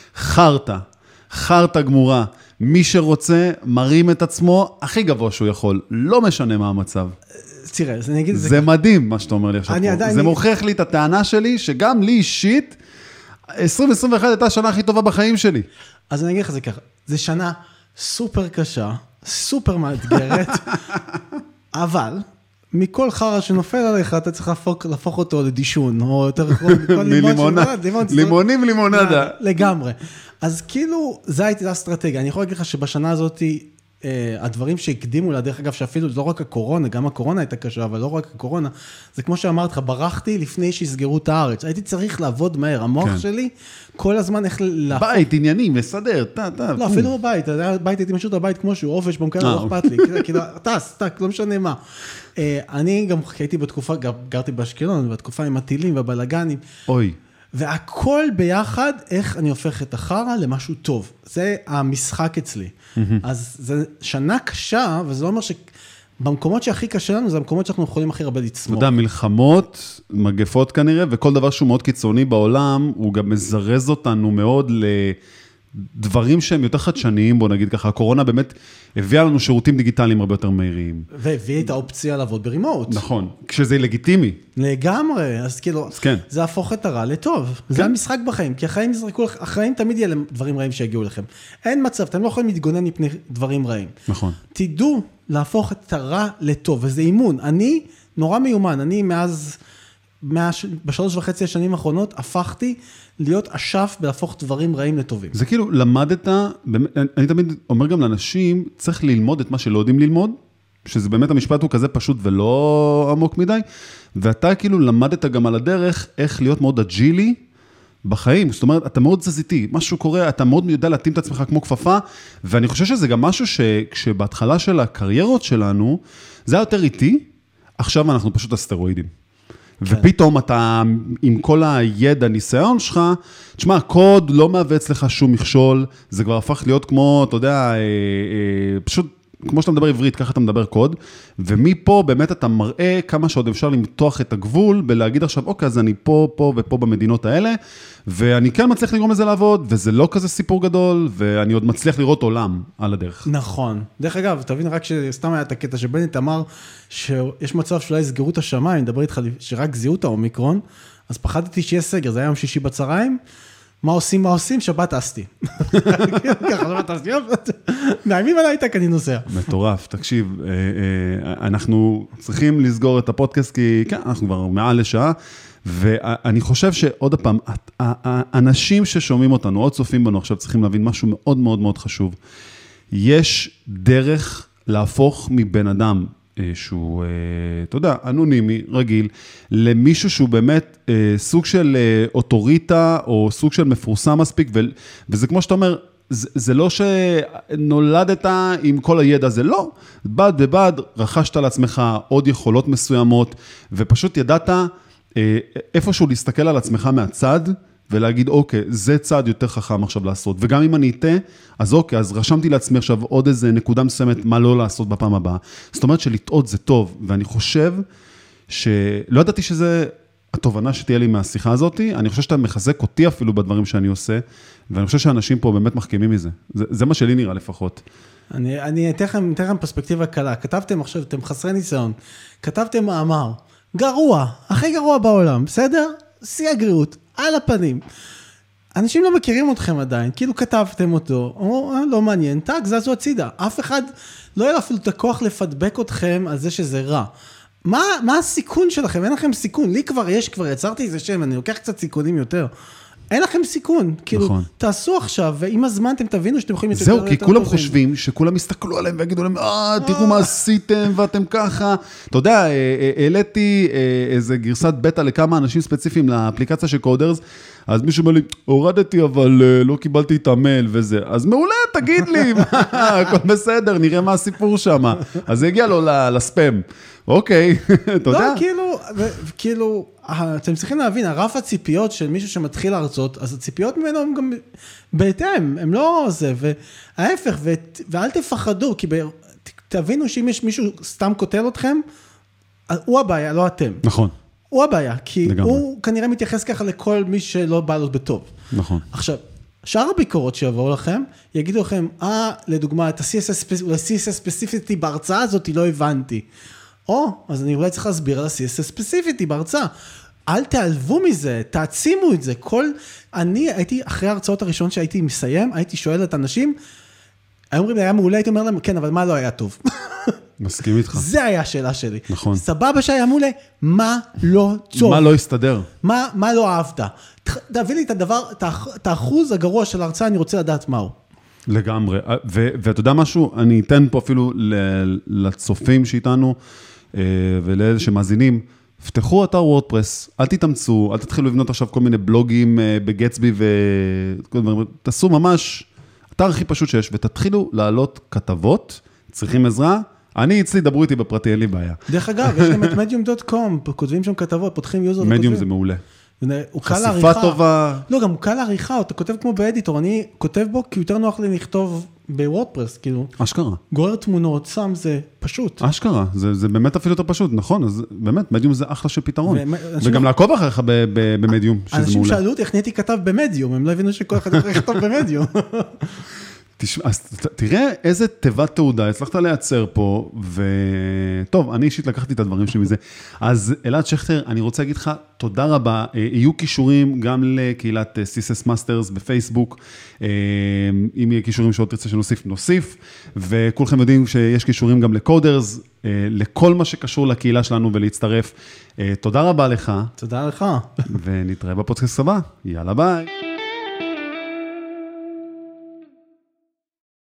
חרטה גמורה, מי שרוצה מרים את עצמו הכי גבוה שהוא יכול, לא משנה מה המצב. תראה, אני אגיד... זה מדהים מה שאתה אומר לי עכשיו פה, זה מוכיח לי את הטענה שלי, שגם לי אישית, 2021 הייתה השנה הכי טובה בחיים שלי. אז אני אגיד לך זה ככה, זה שנה סופר קשה, סופר מאתגרת, אבל מכל חרא שנופל עליך, אתה צריך להפוך אותו לדישון, או יותר לימונים ולימונדה. לגמרי. אז כאילו, זה הייתה האסטרטגיה. אני יכול להגיד לך שבשנה הזאת, הדברים שהקדימו לה, דרך אגב, שאפילו לא רק הקורונה, גם הקורונה הייתה קשה, אבל לא רק הקורונה, זה כמו שאמרת לך, ברחתי לפני שיסגרו את הארץ. הייתי צריך לעבוד מהר. המוח שלי, כל הזמן איך בית, עניינים, מסדר, לא, אפילו בבית. בית הייתי משאיר את הבית כמו שהוא, אופש, במקרה לא אכפת לי. כאילו, טס, לא משנה מה. אני גם הייתי בתקופה, גרתי באשקלון, בתקופה עם הטילים והבלגנים. אוי. והכל ביחד, איך אני הופך את החרא למשהו טוב. זה המשחק אצלי. אז זה שנה קשה, וזה לא אומר שבמקומות שהכי קשה לנו, זה המקומות שאנחנו יכולים הכי הרבה לצמור. אתה יודע, מלחמות, מגפות כנראה, וכל דבר שהוא מאוד קיצוני בעולם, הוא גם מזרז אותנו מאוד לדברים שהם יותר חדשניים, בוא נגיד ככה, הקורונה באמת הביאה לנו שירותים דיגיטליים הרבה יותר מהירים. והביאה את האופציה לעבוד ברימוט. נכון, כשזה לגיטימי. לגמרי, אז כאילו, זה הפוך את הרע לטוב. זה המשחק בחיים, כי החיים תמיד יהיה דברים רעים שיגיעו לכם. אין מצב, אתם לא יכולים להתגונן מפני דברים רעים. נכון. תדעו להפוך את הרע לטוב, וזה אימון. אני נורא מיומן, אני מאז, ב3.5 השנים האחרונות, הפכתי להיות אשף בלהפוך דברים רעים לטובים. זה כאילו, למדת, אני תמיד אומר גם לאנשים, צריך ללמוד את מה שלא יודעים ללמוד, שזה באמת המשפט הוא כזה פשוט ולא עמוק מדי, ואתה כאילו למדת גם על הדרך איך להיות מאוד אג'ילי בחיים, זאת אומרת, אתה מאוד תזזיתי, משהו קורה, אתה מאוד יודע להתאים את עצמך כמו כפפה, ואני חושב שזה גם משהו שכשבהתחלה של הקריירות שלנו, זה היה יותר איטי, עכשיו אנחנו פשוט הסטרואידים. ופתאום אתה, עם כל הידע, ניסיון שלך, תשמע, קוד לא מהווה אצלך שום מכשול, זה כבר הפך להיות כמו, אתה יודע, פשוט, כמו שאתה מדבר עברית, ככה אתה מדבר קוד, ומפה באמת אתה מראה כמה שעוד אפשר למתוח את הגבול, ולהגיד עכשיו, אוקיי, אז אני פה, פה ופה במדינות האלה, ואני כן מצליח לגרום לזה לעבוד, וזה לא כזה סיפור גדול, ואני עוד מצליח לראות עולם על הדרך. נכון. דרך אגב, תבין רק שסתם היה את הקטע שבנט אמר, שיש מצב שאולי יסגרו את השמיים, נדבר איתך שרק זיהו את האומיקרון, אז פחדתי שיהיה סגר, זה היה יום שישי בצהריים, מה עושים? שבת אסתי. ככה, שבת אסתי, נעימים עליי איתה, כי אני נוסע. מטורף, תקשיב, אנחנו צריכים לסגור את הפודקאסט, כי כן, אנחנו כבר מעל לשעה, ואני חושב שעוד הפעם, האנשים ששומעים אותנו, עוד צופים בנו, עכשיו צריכים להבין משהו מאוד מאוד מאוד חשוב. יש דרך להפוך מבן אדם, שהוא, אתה יודע, אנונימי, רגיל, למישהו שהוא באמת סוג של אוטוריטה, או סוג של מפורסם מספיק, וזה כמו שאתה אומר, זה לא שנולדת עם כל הידע הזה, לא. בד ובד, רכשת לעצמך עוד יכולות מסוימות, ופשוט ידעת איפשהו להסתכל על עצמך מהצד, ולהגיד, אוקיי, זה צעד יותר חכם עכשיו לעשות, וגם אם אני אטעה, אז אוקיי, אז רשמתי לעצמי עכשיו עוד איזה נקודה מסוימת, מה לא לעשות בפעם הבאה. זאת אומרת שלטעות זה טוב, ואני חושב שלא ידעתי שזה התובנה שתהיה לי מהשיחה הזאת, אני חושב שאתה מחזק אותי אפילו בדברים שאני עושה, ואני חושב שאנשים פה באמת מחכימים מזה. זה מה שלי נראה לפחות. אני אתן לכם פרספקטיבה קלה. כתבתם עכשיו, אתם חסרי ניסיון, כתבתם מאמר, גרוע, הכי גרוע בעולם, בסדר? שיא הגריעות, על הפנים. אנשים לא מכירים אתכם עדיין, כאילו כתבתם אותו, או לא מעניין, טק, זזו הצידה. אף אחד לא יהיה אפילו את הכוח לפדבק אתכם על זה שזה רע. מה הסיכון שלכם? אין לכם סיכון. לי כבר יצרתי איזה שם, אני לוקח קצת סיכונים יותר. אין לכם סיכון. כאילו, תעשו עכשיו, ועם הזמן אתם תבינו שאתם יכולים... זהו, כי כולם חושבים שכולם יסתכלו עליהם ויגידו להם, תראו מה עשיתם ואתם ככה. אתה יודע, העליתי איזה גרסת בטא לכמה אנשים ספציפיים לאפליקציה של קודרס, אז מישהו אומר לי, הורדתי, אבל לא קיבלתי את המייל וזה. אז מעולה, תגיד לי, הכל בסדר, נראה מה הסיפור שם. אז זה הגיע לו לספאם. אוקיי, אתה יודע. לא, כאילו, אתם צריכים להבין, הרף הציפיות של מישהו שמתחיל להרצות, אז הציפיות ממנו הם גם בהתאם, הם לא זה, וההפך, ואל תפחדו, כי תבינו שאם יש מישהו סתם כותל אתכם, הוא הבעיה, לא אתם. נכון. הוא הבעיה, כי הוא כנראה מתייחס ככה לכל מי שלא בא לו בטוב. נכון. עכשיו, שאר הביקורות שיבואו לכם, יגידו לכם, לדוגמה, את ה-CSS ספציפיטי בהרצאה הזאת לא הבנתי. אז אני אולי צריך להסביר על ה-CSS ספציפיטי בהרצאה. אל תעלבו מזה, תעצימו את זה. אני הייתי, אחרי ההרצאות הראשון שהייתי מסיים, הייתי שואל את אנשים, היו אומרים לי, היה מעולה, הייתי אומר להם, כן, אבל מה לא היה טוב? מסכים איתך. זה היה השאלה שלי. נכון. סבבה שהיה מעולה, מה לא טוב? מה לא הסתדר? מה לא אהבת? תביא לי את הדבר, את האחוז הגרוע של ההרצאה, אני רוצה לדעת מהו. לגמרי, ואתה יודע משהו, אני אתן פה אפילו לצופים שאיתנו, ולאלה שמאזינים, פתחו אתר וורדפרס, אל תתאמצו, אל תתחילו לבנות עכשיו כל מיני בלוגים בגטסבי וכל דברים, תעשו ממש אתר הכי פשוט שיש, ותתחילו לעלות כתבות, צריכים עזרה, אני אצלי, דברו איתי בפרטי, אין לי בעיה. דרך אגב, יש גם את medium.com, כותבים שם כתבות, פותחים יוזר וכותבים. מדיום זה מעולה. חשיפה טובה. לא, גם הוא קל לעריכה, אתה כותב כמו באדיטור, אני כותב בו כי יותר נוח לי לכתוב בוורדפרס, כאילו. אשכרה. גורר תמונות, שם זה פשוט. אשכרה, זה באמת אפילו יותר פשוט, נכון, אז באמת, מדיום זה אחלה של פתרון. וגם לעקוב אחריך במדיום, שזה מעולה. אנשים שאלו אותי איך נהייתי כתב במדיום, הם לא הבינו שכל אחד יכול לכתוב במדיום. אז תראה איזה תיבת תעודה הצלחת לייצר פה, וטוב, אני אישית לקחתי את הדברים שלי מזה. אז אלעד שכטר, אני רוצה להגיד לך תודה רבה, יהיו קישורים גם לקהילת CSS Masters בפייסבוק, אם יהיה קישורים שעוד תרצה שנוסיף, נוסיף, וכולכם יודעים שיש קישורים גם לקודרס, לכל מה שקשור לקהילה שלנו ולהצטרף. תודה רבה לך. תודה לך. ונתראה בפודקאסט הבא. יאללה ביי.